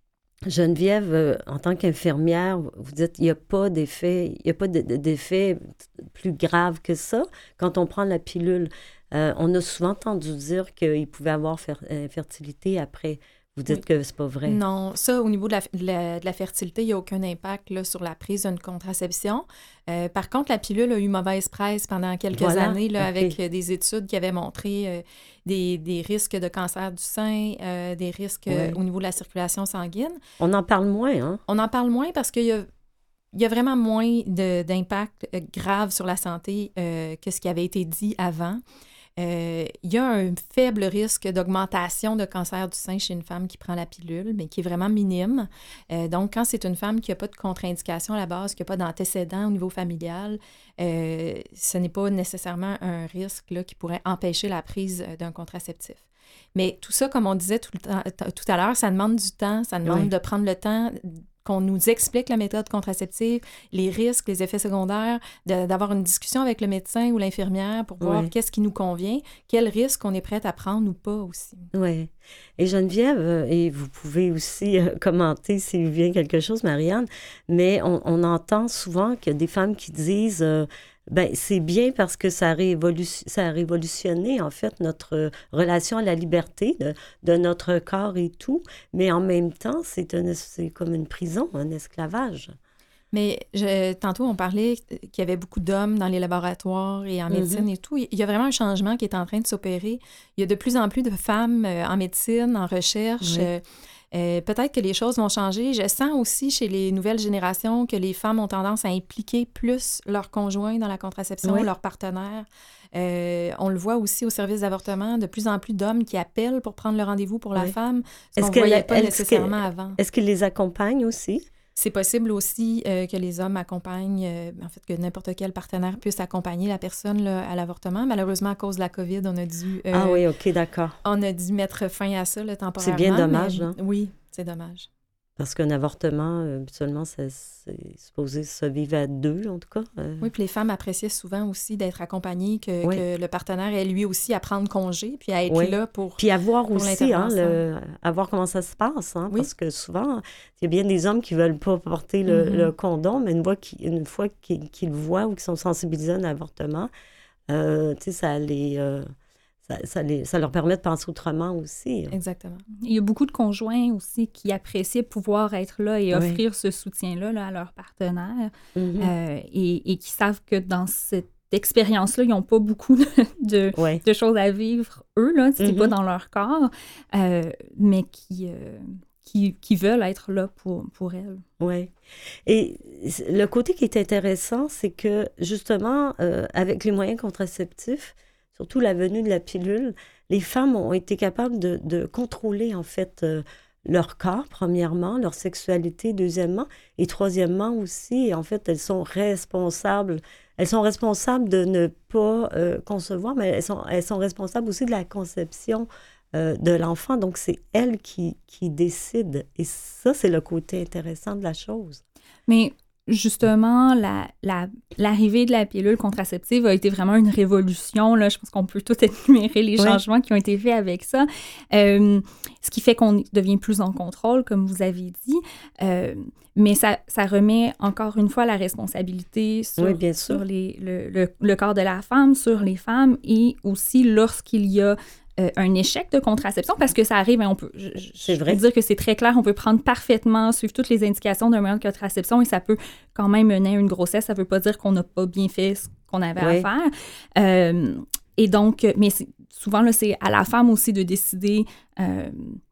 Geneviève, euh, en tant qu'infirmière, vous dites qu'il n'y a pas d'effet, il n'y a pas de- de- d'effet plus grave que ça quand on prend la pilule. Euh, on a souvent entendu dire qu'il pouvait avoir fer- infertilité après. Vous dites Oui. que c'est pas vrai. Non, ça, au niveau de la, de la, de la fertilité, il n'y a aucun impact là, sur la prise d'une contraception. Euh, par contre, la pilule a eu mauvaise presse pendant quelques Voilà, années là, ok. avec euh, des études qui avaient montré euh, des, des risques de cancer du sein, euh, des risques euh, Ouais. au niveau de la circulation sanguine. On en parle moins, hein? On en parle moins parce qu'il y a, il y a vraiment moins de- d'impact euh, grave sur la santé euh, que ce qui avait été dit avant. Euh, il y a un faible risque d'augmentation de cancer du sein chez une femme qui prend la pilule, mais qui est vraiment minime. Euh, donc, quand c'est une femme qui n'a pas de contre-indication à la base, qui n'a pas d'antécédent au niveau familial, euh, ce n'est pas nécessairement un risque là, qui pourrait empêcher la prise euh, d'un contraceptif. Mais tout ça, comme on disait tout, le temps, t- tout à l'heure, ça demande du temps, ça demande Oui. de prendre le temps qu'on nous explique la méthode contraceptive, les risques, les effets secondaires, de- d'avoir une discussion avec le médecin ou l'infirmière pour voir Oui. qu'est-ce qui nous convient, quel risque on est prête à prendre ou pas aussi. Oui. Et Geneviève, euh, et vous pouvez aussi euh, commenter s'il vous vient quelque chose, Marianne, mais on, on entend souvent qu'il y a des femmes qui disent euh, ben c'est bien parce que ça a, révolu- ça a révolutionné, en fait, notre euh, relation à la liberté de, de notre corps et tout, mais en même temps, c'est, un, c'est comme une prison, un esclavage. Mais je, tantôt, on parlait qu'il y avait beaucoup d'hommes dans les laboratoires et en Mhm. médecine et tout. Il y a vraiment un changement qui est en train de s'opérer. Il y a de plus en plus de femmes euh, en médecine, en recherche. Oui. Euh, euh, peut-être que les choses vont changer. Je sens aussi chez les nouvelles générations que les femmes ont tendance à impliquer plus leurs conjoints dans la contraception, Oui. leurs partenaires. Euh, on le voit aussi au service d'avortement, de plus en plus d'hommes qui appellent pour prendre le rendez-vous pour la Oui. femme, ce Est-ce qu'on que ne voyait la- pas est-ce nécessairement que- avant. Est-ce qu'ils les accompagnent aussi? C'est possible aussi euh, que les hommes accompagnent, euh, en fait, que n'importe quel partenaire puisse accompagner la personne là, à l'avortement. Malheureusement, à cause de la COVID, on a dû, euh, Ah oui, OK, d'accord. on a dû mettre fin à ça là, temporairement. C'est bien dommage, mais- hein? Oui, c'est dommage. Parce qu'un avortement, euh, habituellement, ça- c'est supposé se vivre à deux, en tout cas. euh. Oui, puis les femmes appréciaient souvent aussi d'être accompagnées, que, Oui. que le partenaire ait lui aussi à prendre congé, puis à être Oui. là pour... Puis à voir Pour aussi, hein, l'intervention. le, à voir comment ça se passe, hein, Oui. parce que souvent, il y a bien des hommes qui ne veulent pas porter le, Mhm. le condom, mais une fois qu'ils, une fois qu'ils, qu'ils le voient ou qu'ils sont sensibilisés à un avortement, euh, tu sais, ça les... euh, ça, ça, les, ça leur permet de penser autrement aussi. Exactement. Il y a beaucoup de conjoints aussi qui appréciaient pouvoir être là et Oui. offrir ce soutien-là là, à leur partenaire Mhm. euh, et, et qui savent que dans cette expérience-là, ils n'ont pas beaucoup de, de, Ouais. de choses à vivre, eux, là, c'est Mhm. pas dans leur corps, euh, mais qui, euh, qui, qui veulent être là pour, pour elles. Oui. Et le côté qui est intéressant, c'est que justement, euh, avec les moyens contraceptifs, surtout la venue de la pilule, les femmes ont été capables de, de contrôler en fait euh, leur corps, premièrement, leur sexualité, deuxièmement, et troisièmement aussi, en fait, elles sont responsables. Elles sont responsables de ne pas euh, concevoir, mais elles sont, elles sont responsables aussi de la conception euh, de l'enfant. Donc, c'est elles qui, qui décident. Et ça, c'est le côté intéressant de la chose. Mais justement, la, la, l'arrivée de la pilule contraceptive a été vraiment une révolution. Là. Je pense qu'on peut tout énumérer les Oui. changements qui ont été faits avec ça. Euh, ce qui fait qu'on devient plus en contrôle, comme vous avez dit. Euh, mais ça, ça remet encore une fois la responsabilité sur, Oui, bien sûr. sur les, le, le, le corps de la femme, sur les femmes, et aussi lorsqu'il y a euh, un échec de contraception, parce que ça arrive, hein, on peut, je, je, C'est je vrai. peux dire que c'est très clair, on peut prendre parfaitement, suivre toutes les indications d'un moyen de contraception et ça peut quand même mener à une grossesse. Ça ne veut pas dire qu'on n'a pas bien fait ce qu'on avait Oui. à faire. Euh, et donc, mais c'est, souvent, là, c'est à la femme aussi de décider euh,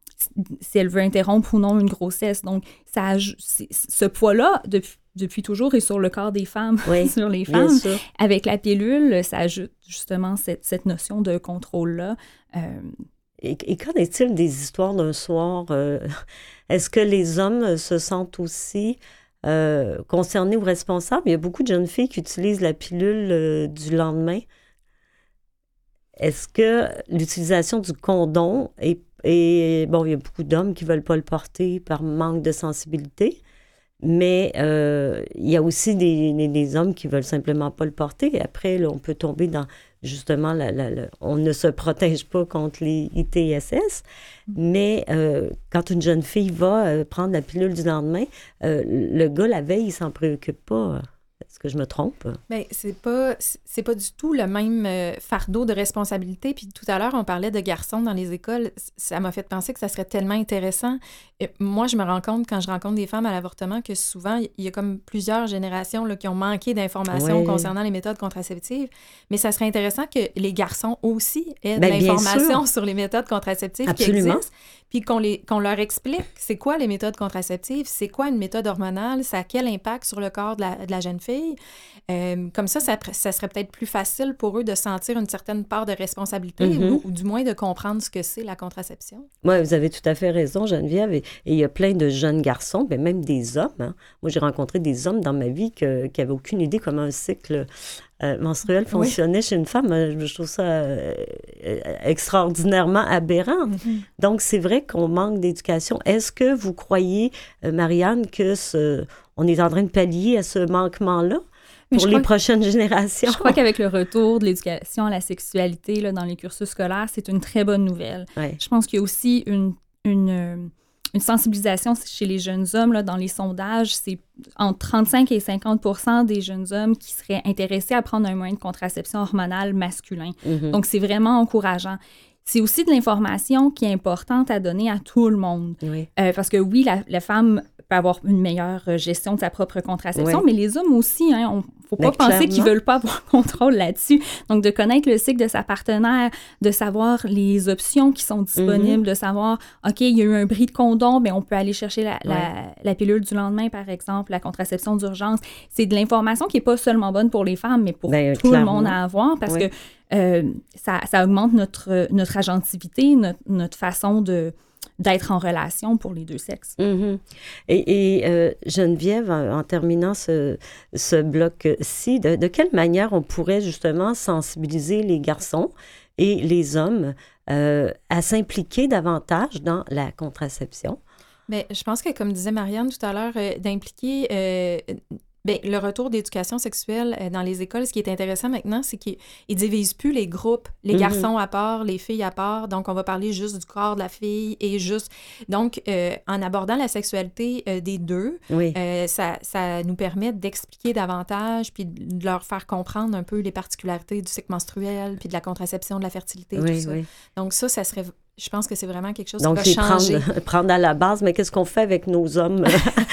si elle veut interrompre ou non une grossesse. Donc, ça, c'est, ce poids-là, depuis, depuis toujours, est sur le corps des femmes, Oui, sur les bien femmes. sûr. Avec la pilule, ça ajoute justement cette, cette notion de contrôle-là. Euh, Et, et qu'en est-il des histoires d'un soir? euh, est-ce que les hommes se sentent aussi euh, concernés ou responsables? Il y a beaucoup de jeunes filles qui utilisent la pilule euh, du lendemain. Est-ce que l'utilisation du condom est, est- bon, il y a beaucoup d'hommes qui ne veulent pas le porter par manque de sensibilité, mais euh, il y a aussi des, des, des hommes qui ne veulent simplement pas le porter. Et après, là, on peut tomber dans justement, la, la, la, on ne se protège pas contre les I T S S, mais euh, quand une jeune fille va euh, prendre la pilule du lendemain, euh, le gars, la veille, il s'en préoccupe pas. Est-ce que je me trompe? Bien, c'est pas, c'est pas du tout le même euh, fardeau de responsabilité. Puis tout à l'heure, on parlait de garçons dans les écoles. Ça m'a fait penser que ça serait tellement intéressant. Et moi, je me rends compte, quand je rencontre des femmes à l'avortement, que souvent, il y a comme plusieurs générations là, qui ont manqué d'informations oui. concernant les méthodes contraceptives. Mais ça serait intéressant que les garçons aussi aient de Bien, l'information sur les méthodes contraceptives Absolument. qui existent. Puis qu'on, les, qu'on leur explique c'est quoi les méthodes contraceptives, c'est quoi une méthode hormonale, ça a quel impact sur le corps de la, de la jeune fille. Euh, comme ça, ça, ça serait peut-être plus facile pour eux de sentir une certaine part de responsabilité mm-hmm. ou, ou du moins de comprendre ce que c'est la contraception. Oui, vous avez tout à fait raison, Geneviève. Et il y a plein de jeunes garçons, mais même des hommes. Hein. Moi, j'ai rencontré des hommes dans ma vie que, qui n'avaient aucune idée comment un cycle euh, menstruel fonctionnait oui. chez une femme. Je trouve ça euh, extraordinairement aberrant. Mm-hmm. Donc, c'est vrai qu'on manque d'éducation. Est-ce que vous croyez, euh, Marianne, que ce, on est en train de pallier à ce manquement-là pour les prochaines que, générations? Je crois qu'avec le retour de l'éducation à la sexualité là, dans les cursus scolaires, c'est une très bonne nouvelle. Ouais. Je pense qu'il y a aussi une, une, une sensibilisation chez les jeunes hommes. Là, dans les sondages, c'est entre trente-cinq et cinquante pour cent des jeunes hommes qui seraient intéressés à prendre un moyen de contraception hormonale masculin. Mm-hmm. Donc, c'est vraiment encourageant. C'est aussi de l'information qui est importante à donner à tout le monde. Oui. Euh, parce que oui, la, la femme peut avoir une meilleure gestion de sa propre contraception, oui. mais les hommes aussi, hein, on ne faut pas mais penser clairement. Qu'ils ne veulent pas avoir contrôle là-dessus. Donc, de connaître le cycle de sa partenaire, de savoir les options qui sont disponibles, mm-hmm. de savoir, OK, il y a eu un bris de condom, mais on peut aller chercher la, oui. la, la pilule du lendemain, par exemple, la contraception d'urgence. C'est de l'information qui n'est pas seulement bonne pour les femmes, mais pour ben, tout clairement. Le monde à avoir, parce oui. que euh, ça, ça augmente notre, notre agentivité, notre, notre façon de... d'être en relation pour les deux sexes. Mm-hmm. Et, et euh, Geneviève, en, en terminant ce, ce bloc-ci, de, de quelle manière on pourrait justement sensibiliser les garçons et les hommes euh, à s'impliquer davantage dans la contraception? Bien, je pense que, comme disait Marianne tout à l'heure, euh, d'impliquer... Euh, Bien, le retour d'éducation sexuelle euh, dans les écoles, ce qui est intéressant maintenant, c'est qu'ils ne divisent plus les groupes, les mm-hmm. garçons à part, les filles à part. Donc, on va parler juste du corps de la fille et juste... Donc, euh, en abordant la sexualité euh, des deux, oui. euh, ça, ça nous permet d'expliquer davantage puis de leur faire comprendre un peu les particularités du cycle menstruel puis de la contraception, de la fertilité, oui, tout ça. Oui. Donc, ça, ça serait... Je pense que c'est vraiment quelque chose Donc, qui va changer. Donc, prendre, prendre à la base, mais qu'est-ce qu'on fait avec nos hommes?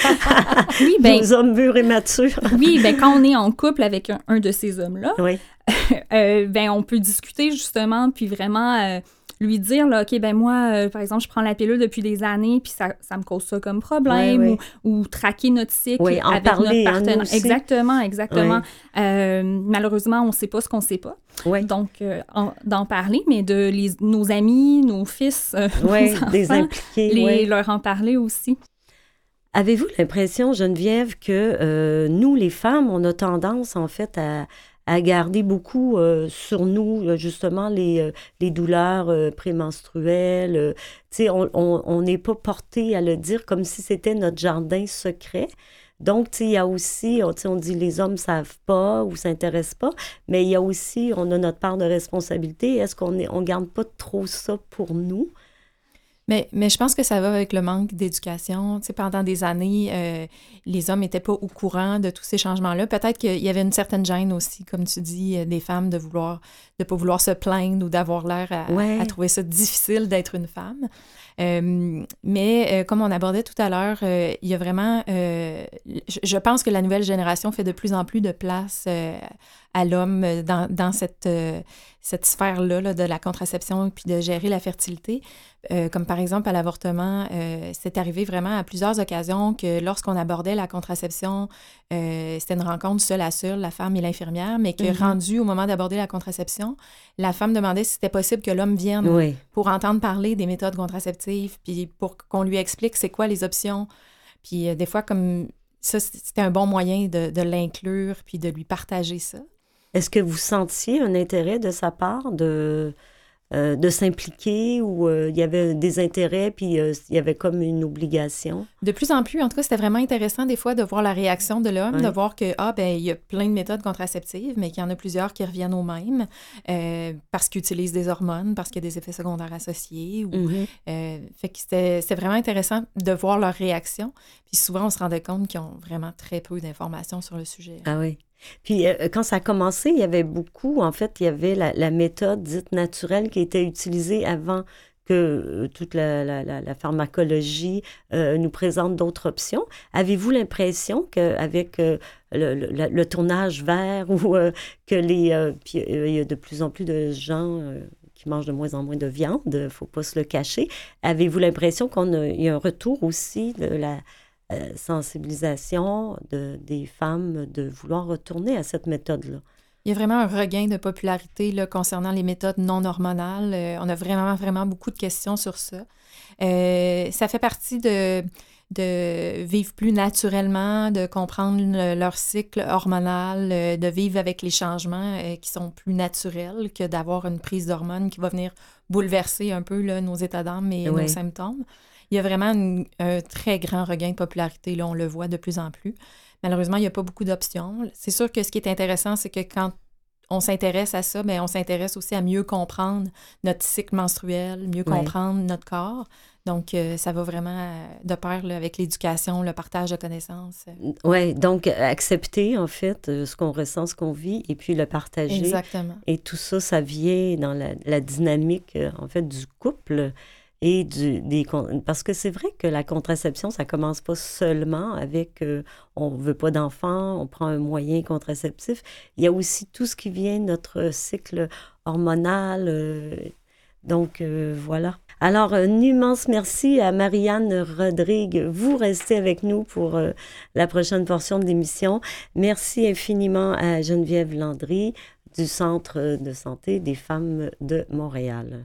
oui, ben, nos hommes mûrs et matures. oui, bien, quand on est en couple avec un, un de ces hommes-là, oui. euh, ben, on peut discuter justement, puis vraiment euh, lui dire, là, OK, ben moi, euh, par exemple, je prends la pilule depuis des années, puis ça, ça me cause ça comme problème, oui, oui. Ou, ou traquer notre cycle oui, en avec parler, notre partenaire. Hein, exactement, exactement. Oui. Euh, malheureusement, on ne sait pas ce qu'on ne sait pas. Oui. Donc, euh, en, d'en parler, mais de les, nos amis, nos fils, euh, oui, nos enfants, des impliqués, les, oui. leur en parler aussi. Avez-vous l'impression, Geneviève, que euh, nous, les femmes, on a tendance, en fait, à, à garder beaucoup euh, sur nous, justement, les, euh, les douleurs euh, prémenstruelles. Euh, tu sais, on n'est pas porté à le dire comme si c'était notre jardin secret. Donc, tu sais, il y a aussi, on, on dit les hommes ne savent pas ou ne s'intéressent pas, mais il y a aussi, on a notre part de responsabilité. Est-ce qu'on ne on garde pas trop ça pour nous? Mais, mais je pense que ça va avec le manque d'éducation. Tu sais, pendant des années, euh, les hommes n'étaient pas au courant de tous ces changements-là. Peut-être qu'il y avait une certaine gêne aussi, comme tu dis, des femmes de vouloir, de pas vouloir se plaindre ou d'avoir l'air à, ouais. à trouver ça difficile d'être une femme. Euh, mais euh, comme on abordait tout à l'heure, euh, il y a vraiment... Euh, je, je pense que la nouvelle génération fait de plus en plus de place euh, à l'homme dans, dans cette, euh, cette sphère-là là, de la contraception puis de gérer la fertilité. Euh, comme par exemple à l'avortement, euh, c'est arrivé vraiment à plusieurs occasions que lorsqu'on abordait la contraception, euh, c'était une rencontre seule à seule, la femme et l'infirmière, mais que mm-hmm. rendu au moment d'aborder la contraception, la femme demandait si c'était possible que l'homme vienne oui. pour entendre parler des méthodes contraceptives, puis pour qu'on lui explique c'est quoi les options. Puis euh, des fois, comme ça, c'était un bon moyen de, de l'inclure puis de lui partager ça. Est-ce que vous sentiez un intérêt de sa part de... euh, de s'impliquer ou euh, il y avait des intérêts puis euh, il y avait comme une obligation? De plus en plus, en tout cas, c'était vraiment intéressant des fois de voir la réaction de l'homme, Oui. de voir que, ah, ben il y a plein de méthodes contraceptives, mais qu'il y en a plusieurs qui reviennent aux mêmes euh, parce qu'ils utilisent des hormones, parce qu'il y a des effets secondaires associés. Ou, Mm-hmm. euh, fait que c'était, c'était vraiment intéressant de voir leur réaction. Puis souvent, on se rendait compte qu'ils ont vraiment très peu d'informations sur le sujet. Ah oui. Puis euh, quand ça a commencé, il y avait beaucoup, en fait, il y avait la, la méthode dite naturelle qui était utilisée avant que euh, toute la, la, la, la pharmacologie euh, nous présente d'autres options. Avez-vous l'impression qu'avec euh, le, le, le tournage vert ou euh, que les... Euh, puis euh, il y a de plus en plus de gens... Euh, qui mangent de moins en moins de viande, il ne faut pas se le cacher. Avez-vous l'impression qu'il y a un retour aussi de la euh, sensibilisation de, des femmes de vouloir retourner à cette méthode-là? Il y a vraiment un regain de popularité là, concernant les méthodes non hormonales. Euh, on a vraiment, vraiment beaucoup de questions sur ça. Euh, ça fait partie de... de vivre plus naturellement, de comprendre le, leur cycle hormonal, euh, de vivre avec les changements euh, qui sont plus naturels que d'avoir une prise d'hormones qui va venir bouleverser un peu là, nos états d'âme et Oui. nos symptômes. Il y a vraiment une, un très grand regain de popularité, là, on le voit de plus en plus. Malheureusement, il n'y a pas beaucoup d'options. C'est sûr que ce qui est intéressant, c'est que quand on s'intéresse à ça, mais on s'intéresse aussi à mieux comprendre notre cycle menstruel, mieux Oui. comprendre notre corps. Donc, euh, ça va vraiment de pair là, avec l'éducation, le partage de connaissances. Oui, donc accepter en fait euh, ce qu'on ressent, ce qu'on vit et puis le partager. Exactement. Et tout ça, ça vient dans la, la dynamique euh, en fait du couple et du, des... Parce que c'est vrai que la contraception, ça commence pas seulement avec euh, on veut pas d'enfants, on prend un moyen contraceptif. Il y a aussi tout ce qui vient de notre cycle hormonal. Euh, donc, euh, voilà. Alors, un immense merci à Marianne Rodrigue. Vous restez avec nous pour euh, la prochaine portion de l'émission. Merci infiniment à Geneviève Landry du Centre de santé des femmes de Montréal.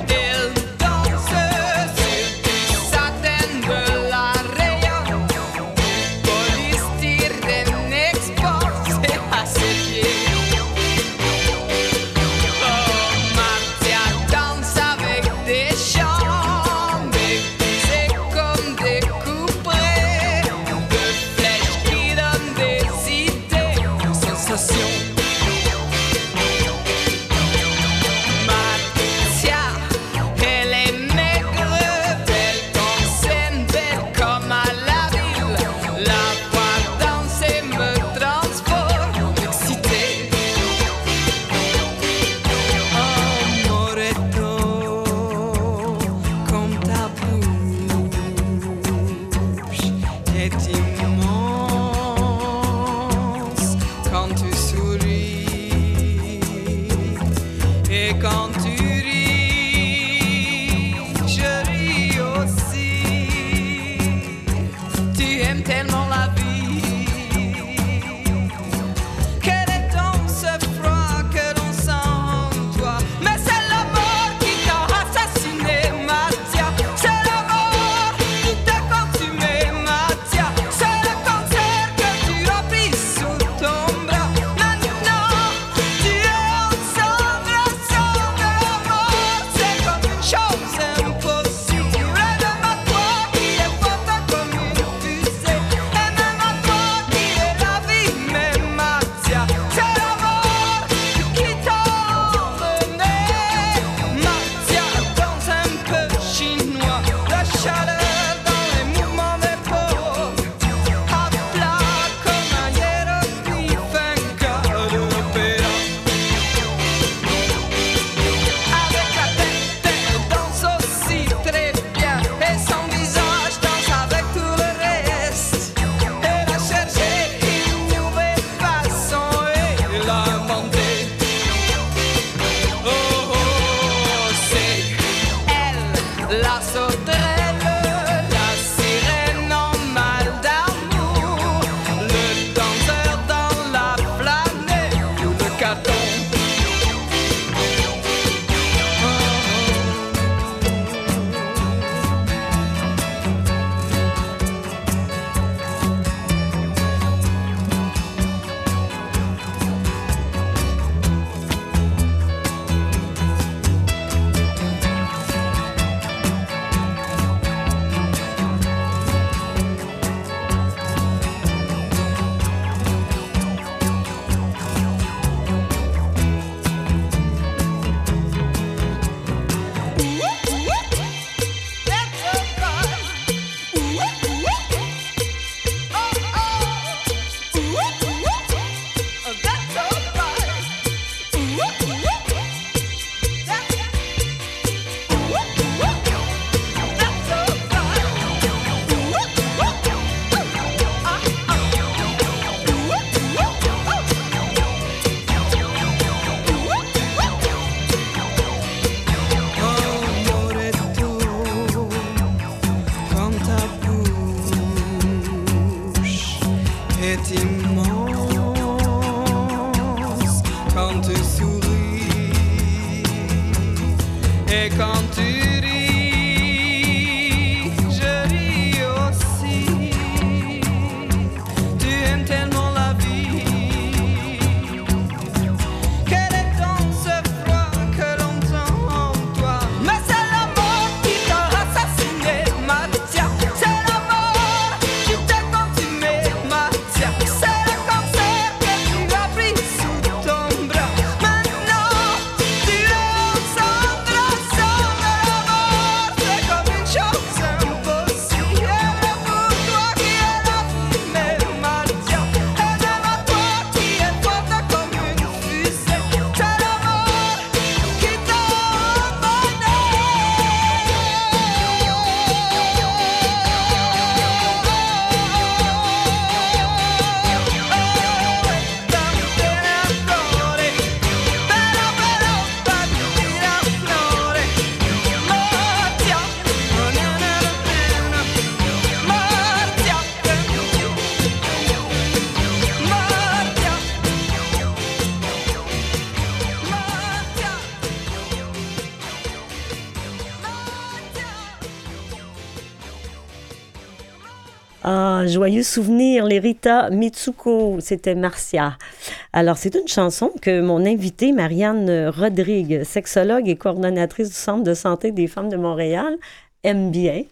Il danse sur des satin de la Réa. Ah, joyeux souvenir, les Rita Mitsuko, c'était Marcia. Alors, c'est une chanson que mon invitée, Marianne Rodrigue, sexologue et coordonnatrice du Centre de santé des femmes de Montréal, aime bien.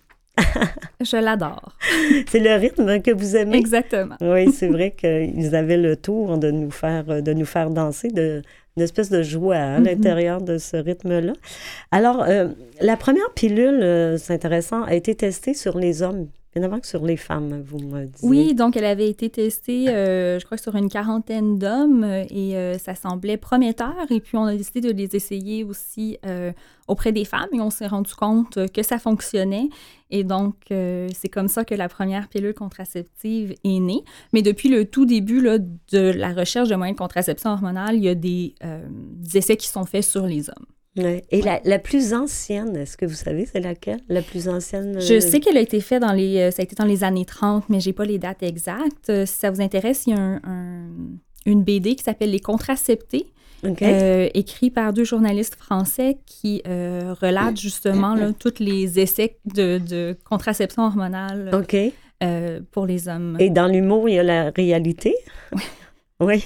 Je l'adore. C'est le rythme que vous aimez? Exactement. Oui, c'est vrai qu'ils avaient le tour de nous faire, de nous faire danser, de, une espèce de joie à mm-hmm. l'intérieur de ce rythme-là. Alors, euh, la première pilule, euh, c'est intéressant, a été testée sur les hommes, bien avant que sur les femmes, vous me disiez. Oui, donc elle avait été testée, euh, je crois, sur une quarantaine d'hommes et euh, ça semblait prometteur. Et puis, on a décidé de les essayer aussi euh, auprès des femmes et on s'est rendu compte que ça fonctionnait. Et donc, euh, c'est comme ça que la première pilule contraceptive est née. Mais depuis le tout début là, de la recherche de moyens de contraception hormonale, il y a des, euh, des essais qui sont faits sur les hommes. Ouais. Et la, la plus ancienne, est-ce que vous savez, c'est laquelle? La plus ancienne? Euh... Je sais qu'elle a été faite dans les... Ça a été dans les années trente, mais je n'ai pas les dates exactes. Si ça vous intéresse, il y a un, un, une B D qui s'appelle « Les contraceptés ». Okay. Euh, écrit par deux journalistes français qui euh, relatent justement là, tous les essais de, de contraception hormonale okay. euh, pour les hommes. Et dans l'humour, il y a la réalité? Oui. Oui,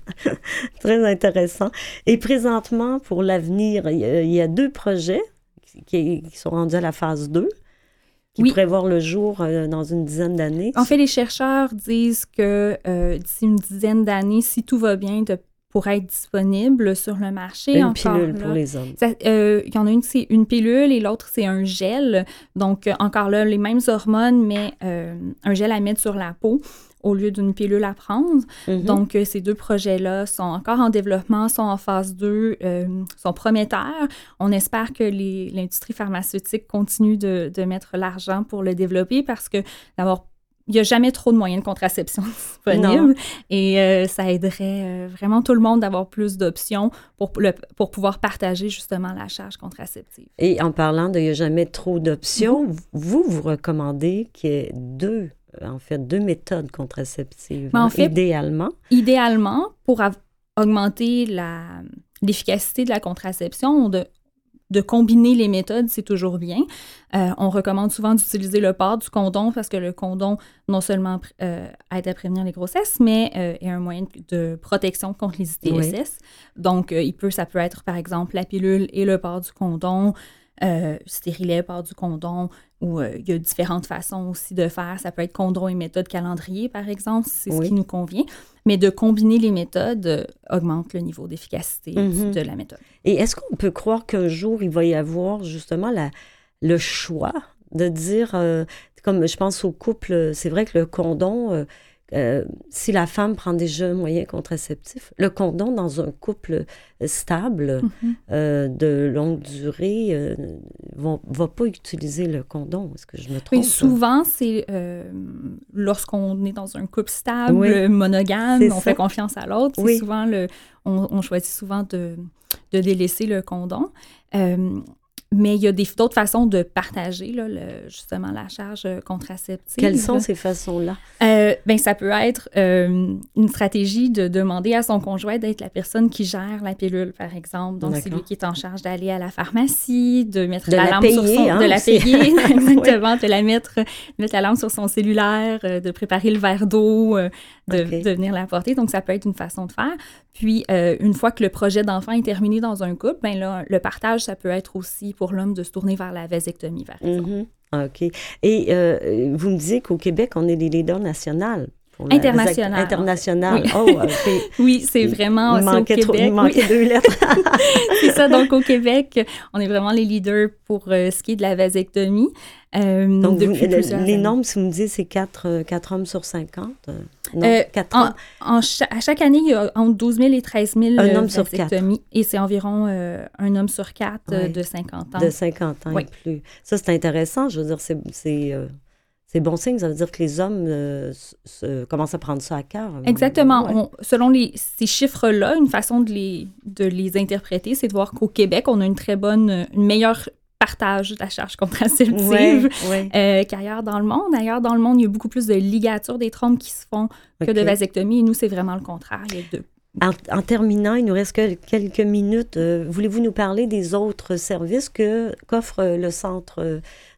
très intéressant. Et présentement, pour l'avenir, il y a, il y a deux projets qui, qui sont rendus à la phase deux, qui oui. pourraient voir le jour euh, dans une dizaine d'années. En fait, les chercheurs disent que euh, d'ici une dizaine d'années, si tout va bien, de pourrait être disponible sur le marché. Une encore, pilule là, pour les hommes. Il euh, y en a une, c'est une pilule et l'autre, c'est un gel. Donc, euh, encore là, les mêmes hormones, mais euh, un gel à mettre sur la peau au lieu d'une pilule à prendre. Mm-hmm. Donc, euh, ces deux projets-là sont encore en développement, sont en phase deux, euh, sont prometteurs. On espère que les, l'industrie pharmaceutique continue de, de mettre l'argent pour le développer parce que d'avoir il n'y a jamais trop de moyens de contraception disponibles non. et euh, ça aiderait euh, vraiment tout le monde d'avoir plus d'options pour, le, pour pouvoir partager justement la charge contraceptive. Et en parlant de « il n'y a jamais trop d'options mm-hmm. », vous, vous recommandez qu'il y ait deux, en fait, deux méthodes contraceptives, hein, en fait, idéalement. Idéalement, pour av- augmenter la, l'efficacité de la contraception, de de combiner les méthodes, c'est toujours bien. Euh, on recommande souvent d'utiliser le port du condom parce que le condom, non seulement euh, aide à prévenir les grossesses, mais euh, est un moyen de protection contre les I T S S. Oui. Donc, euh, il peut, ça peut être, par exemple, la pilule et le port du condom, euh, stérilet, port du condom, ou euh, il y a différentes façons aussi de faire. Ça peut être condom et méthode calendrier, par exemple, si c'est oui. ce qui nous convient. Mais de combiner les méthodes euh, augmente le niveau d'efficacité mm-hmm. de la méthode. Et est-ce qu'on peut croire qu'un jour, il va y avoir justement la, le choix de dire, euh, comme je pense au couple, c'est vrai que le condom, euh, euh, si la femme prend déjà un moyen contraceptif, le condom dans un couple stable, mm-hmm. euh, de longue durée, euh, ne va pas utiliser le condom. Est-ce que je me trompe? Oui, souvent, c'est euh, lorsqu'on est dans un couple stable, oui. monogame, c'est on ça. Fait confiance à l'autre. C'est oui. souvent le, on, on choisit souvent de, de délaisser le condom. Euh, Mais il y a des, d'autres façons de partager là, le, justement la charge contraceptive. Quelles sont ces façons-là? Euh, ben, ça peut être euh, une stratégie de demander à son conjoint d'être la personne qui gère la pilule, par exemple. Donc, D'accord. c'est lui qui est en charge d'aller à la pharmacie, de mettre de la, la lampe payer, sur son... Hein, de la aussi. payer, exactement, de la mettre, mettre la lampe sur son cellulaire, de préparer le verre d'eau, de, okay. de venir la porter. Donc, ça peut être une façon de faire. Puis, euh, une fois que le projet d'enfant est terminé dans un couple, ben là, le partage, ça peut être aussi pour l'homme de se tourner vers la vasectomie, par exemple. Mm-hmm. OK. Et euh, vous me disiez qu'au Québec, on est les leaders nationaux. International. International. Oui. Oh, okay. Oui, c'est vraiment il c'est au Québec. Trop, il manquait oui. deux lettres. C'est ça. Donc, au Québec, on est vraiment les leaders pour euh, ce qui est de la vasectomie. Euh, Donc, depuis vous, plusieurs les années. normes, si vous me dites, c'est quatre hommes sur cinquante? Non, euh, quatre en, en cha- à chaque année, il y a entre douze mille et treize mille un homme vasectomies. Sur quatre. Et c'est environ euh, un homme sur quatre ouais. euh, de cinquante ans. De cinquante ans oui. et plus. Ça, c'est intéressant. Je veux dire, c'est... c'est euh... C'est bon signe, ça veut dire que les hommes euh, se, commencent à prendre ça à cœur. Exactement. Ouais. On, selon les, ces chiffres-là, une façon de les, de les interpréter, c'est de voir qu'au Québec, on a une très bonne, une meilleure partage de la charge contraceptive ouais, ouais. Euh, qu'ailleurs dans le monde. Ailleurs dans le monde, il y a beaucoup plus de ligatures des trompes qui se font que okay. de vasectomie. Et nous, c'est vraiment le contraire. Il y a deux. En, en terminant, il nous reste que quelques minutes. Euh, voulez-vous nous parler des autres services que, qu'offre le Centre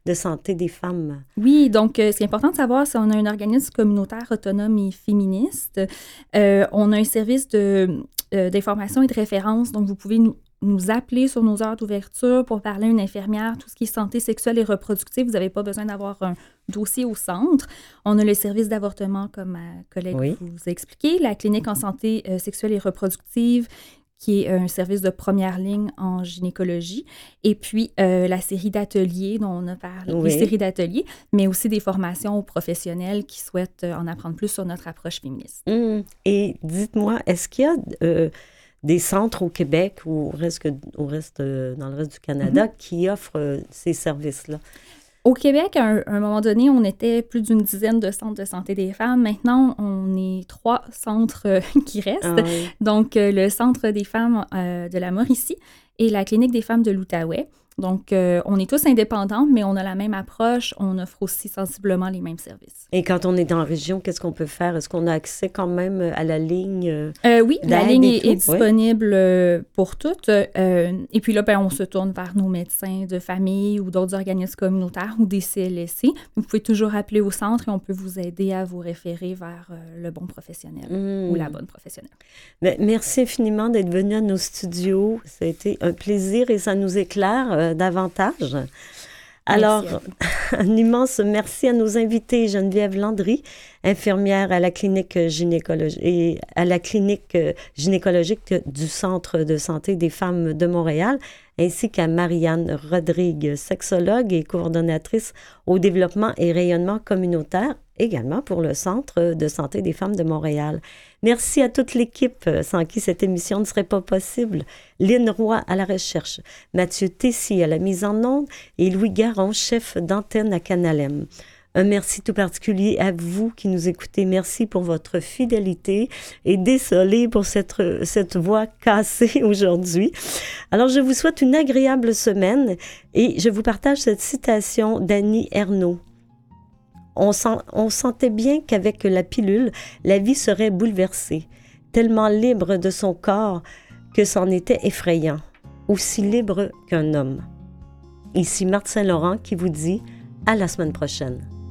de santé des femmes. Oui, donc euh, ce qui est important de savoir, c'est qu'on a un organisme communautaire autonome et féministe. Euh, on a un service de, euh, d'information et de référence, donc vous pouvez nous, nous appeler sur nos heures d'ouverture pour parler à une infirmière, tout ce qui est santé sexuelle et reproductive. Vous n'avez pas besoin d'avoir un dossier au centre. On a le service d'avortement, comme ma collègue Oui. vous a expliqué, la clinique en santé euh, sexuelle et reproductive, qui est un service de première ligne en gynécologie, et puis euh, la série d'ateliers dont on a parlé, Oui. les séries d'ateliers, mais aussi des formations aux professionnels qui souhaitent en apprendre plus sur notre approche féministe. Mmh. Et dites-moi, est-ce qu'il y a euh, des centres au Québec ou au reste, au reste, euh, dans le reste du Canada mm-hmm. qui offrent euh, ces services-là? Au Québec, à un, à un moment donné, on était plus d'une dizaine de centres de santé des femmes. Maintenant, on est trois centres euh, qui restent. Ah oui. Donc, euh, le Centre des femmes euh, de la Mauricie et la Clinique des femmes de l'Outaouais. Donc, euh, on est tous indépendants, mais on a la même approche. On offre aussi sensiblement les mêmes services. Et quand on est dans la région, qu'est-ce qu'on peut faire? Est-ce qu'on a accès quand même à la ligne? Euh, euh, oui, la ligne est, est disponible oui. pour toutes. Euh, et puis là, ben, on se tourne vers nos médecins de famille ou d'autres organismes communautaires ou des C L S C. Vous pouvez toujours appeler au centre et on peut vous aider à vous référer vers euh, le bon professionnel mmh. ou la bonne professionnelle. Mais merci infiniment d'être venu à nos studios. Ça a été un plaisir et ça nous éclaire euh, davantage. Alors, un immense merci à nos invités, Geneviève Landry, infirmière à la clinique gynécologique et à la clinique gynécologique du Centre de santé des femmes de Montréal, ainsi qu'à Marianne Rodrigue, sexologue et coordonnatrice au développement et rayonnement communautaire, également pour le Centre de santé des femmes de Montréal. Merci à toute l'équipe sans qui cette émission ne serait pas possible. Lynn Roy à la recherche, Mathieu Tessier à la mise en onde et Louis Garon, chef d'antenne à Canalem. Un merci tout particulier à vous qui nous écoutez. Merci pour votre fidélité et désolé pour cette, cette voix cassée aujourd'hui. Alors, je vous souhaite une agréable semaine et je vous partage cette citation d'Annie Ernaux. On, sent, on sentait bien qu'avec la pilule, la vie serait bouleversée, tellement libre de son corps que c'en était effrayant, aussi libre qu'un homme. Ici Marthe Saint-Laurent qui vous dit à la semaine prochaine.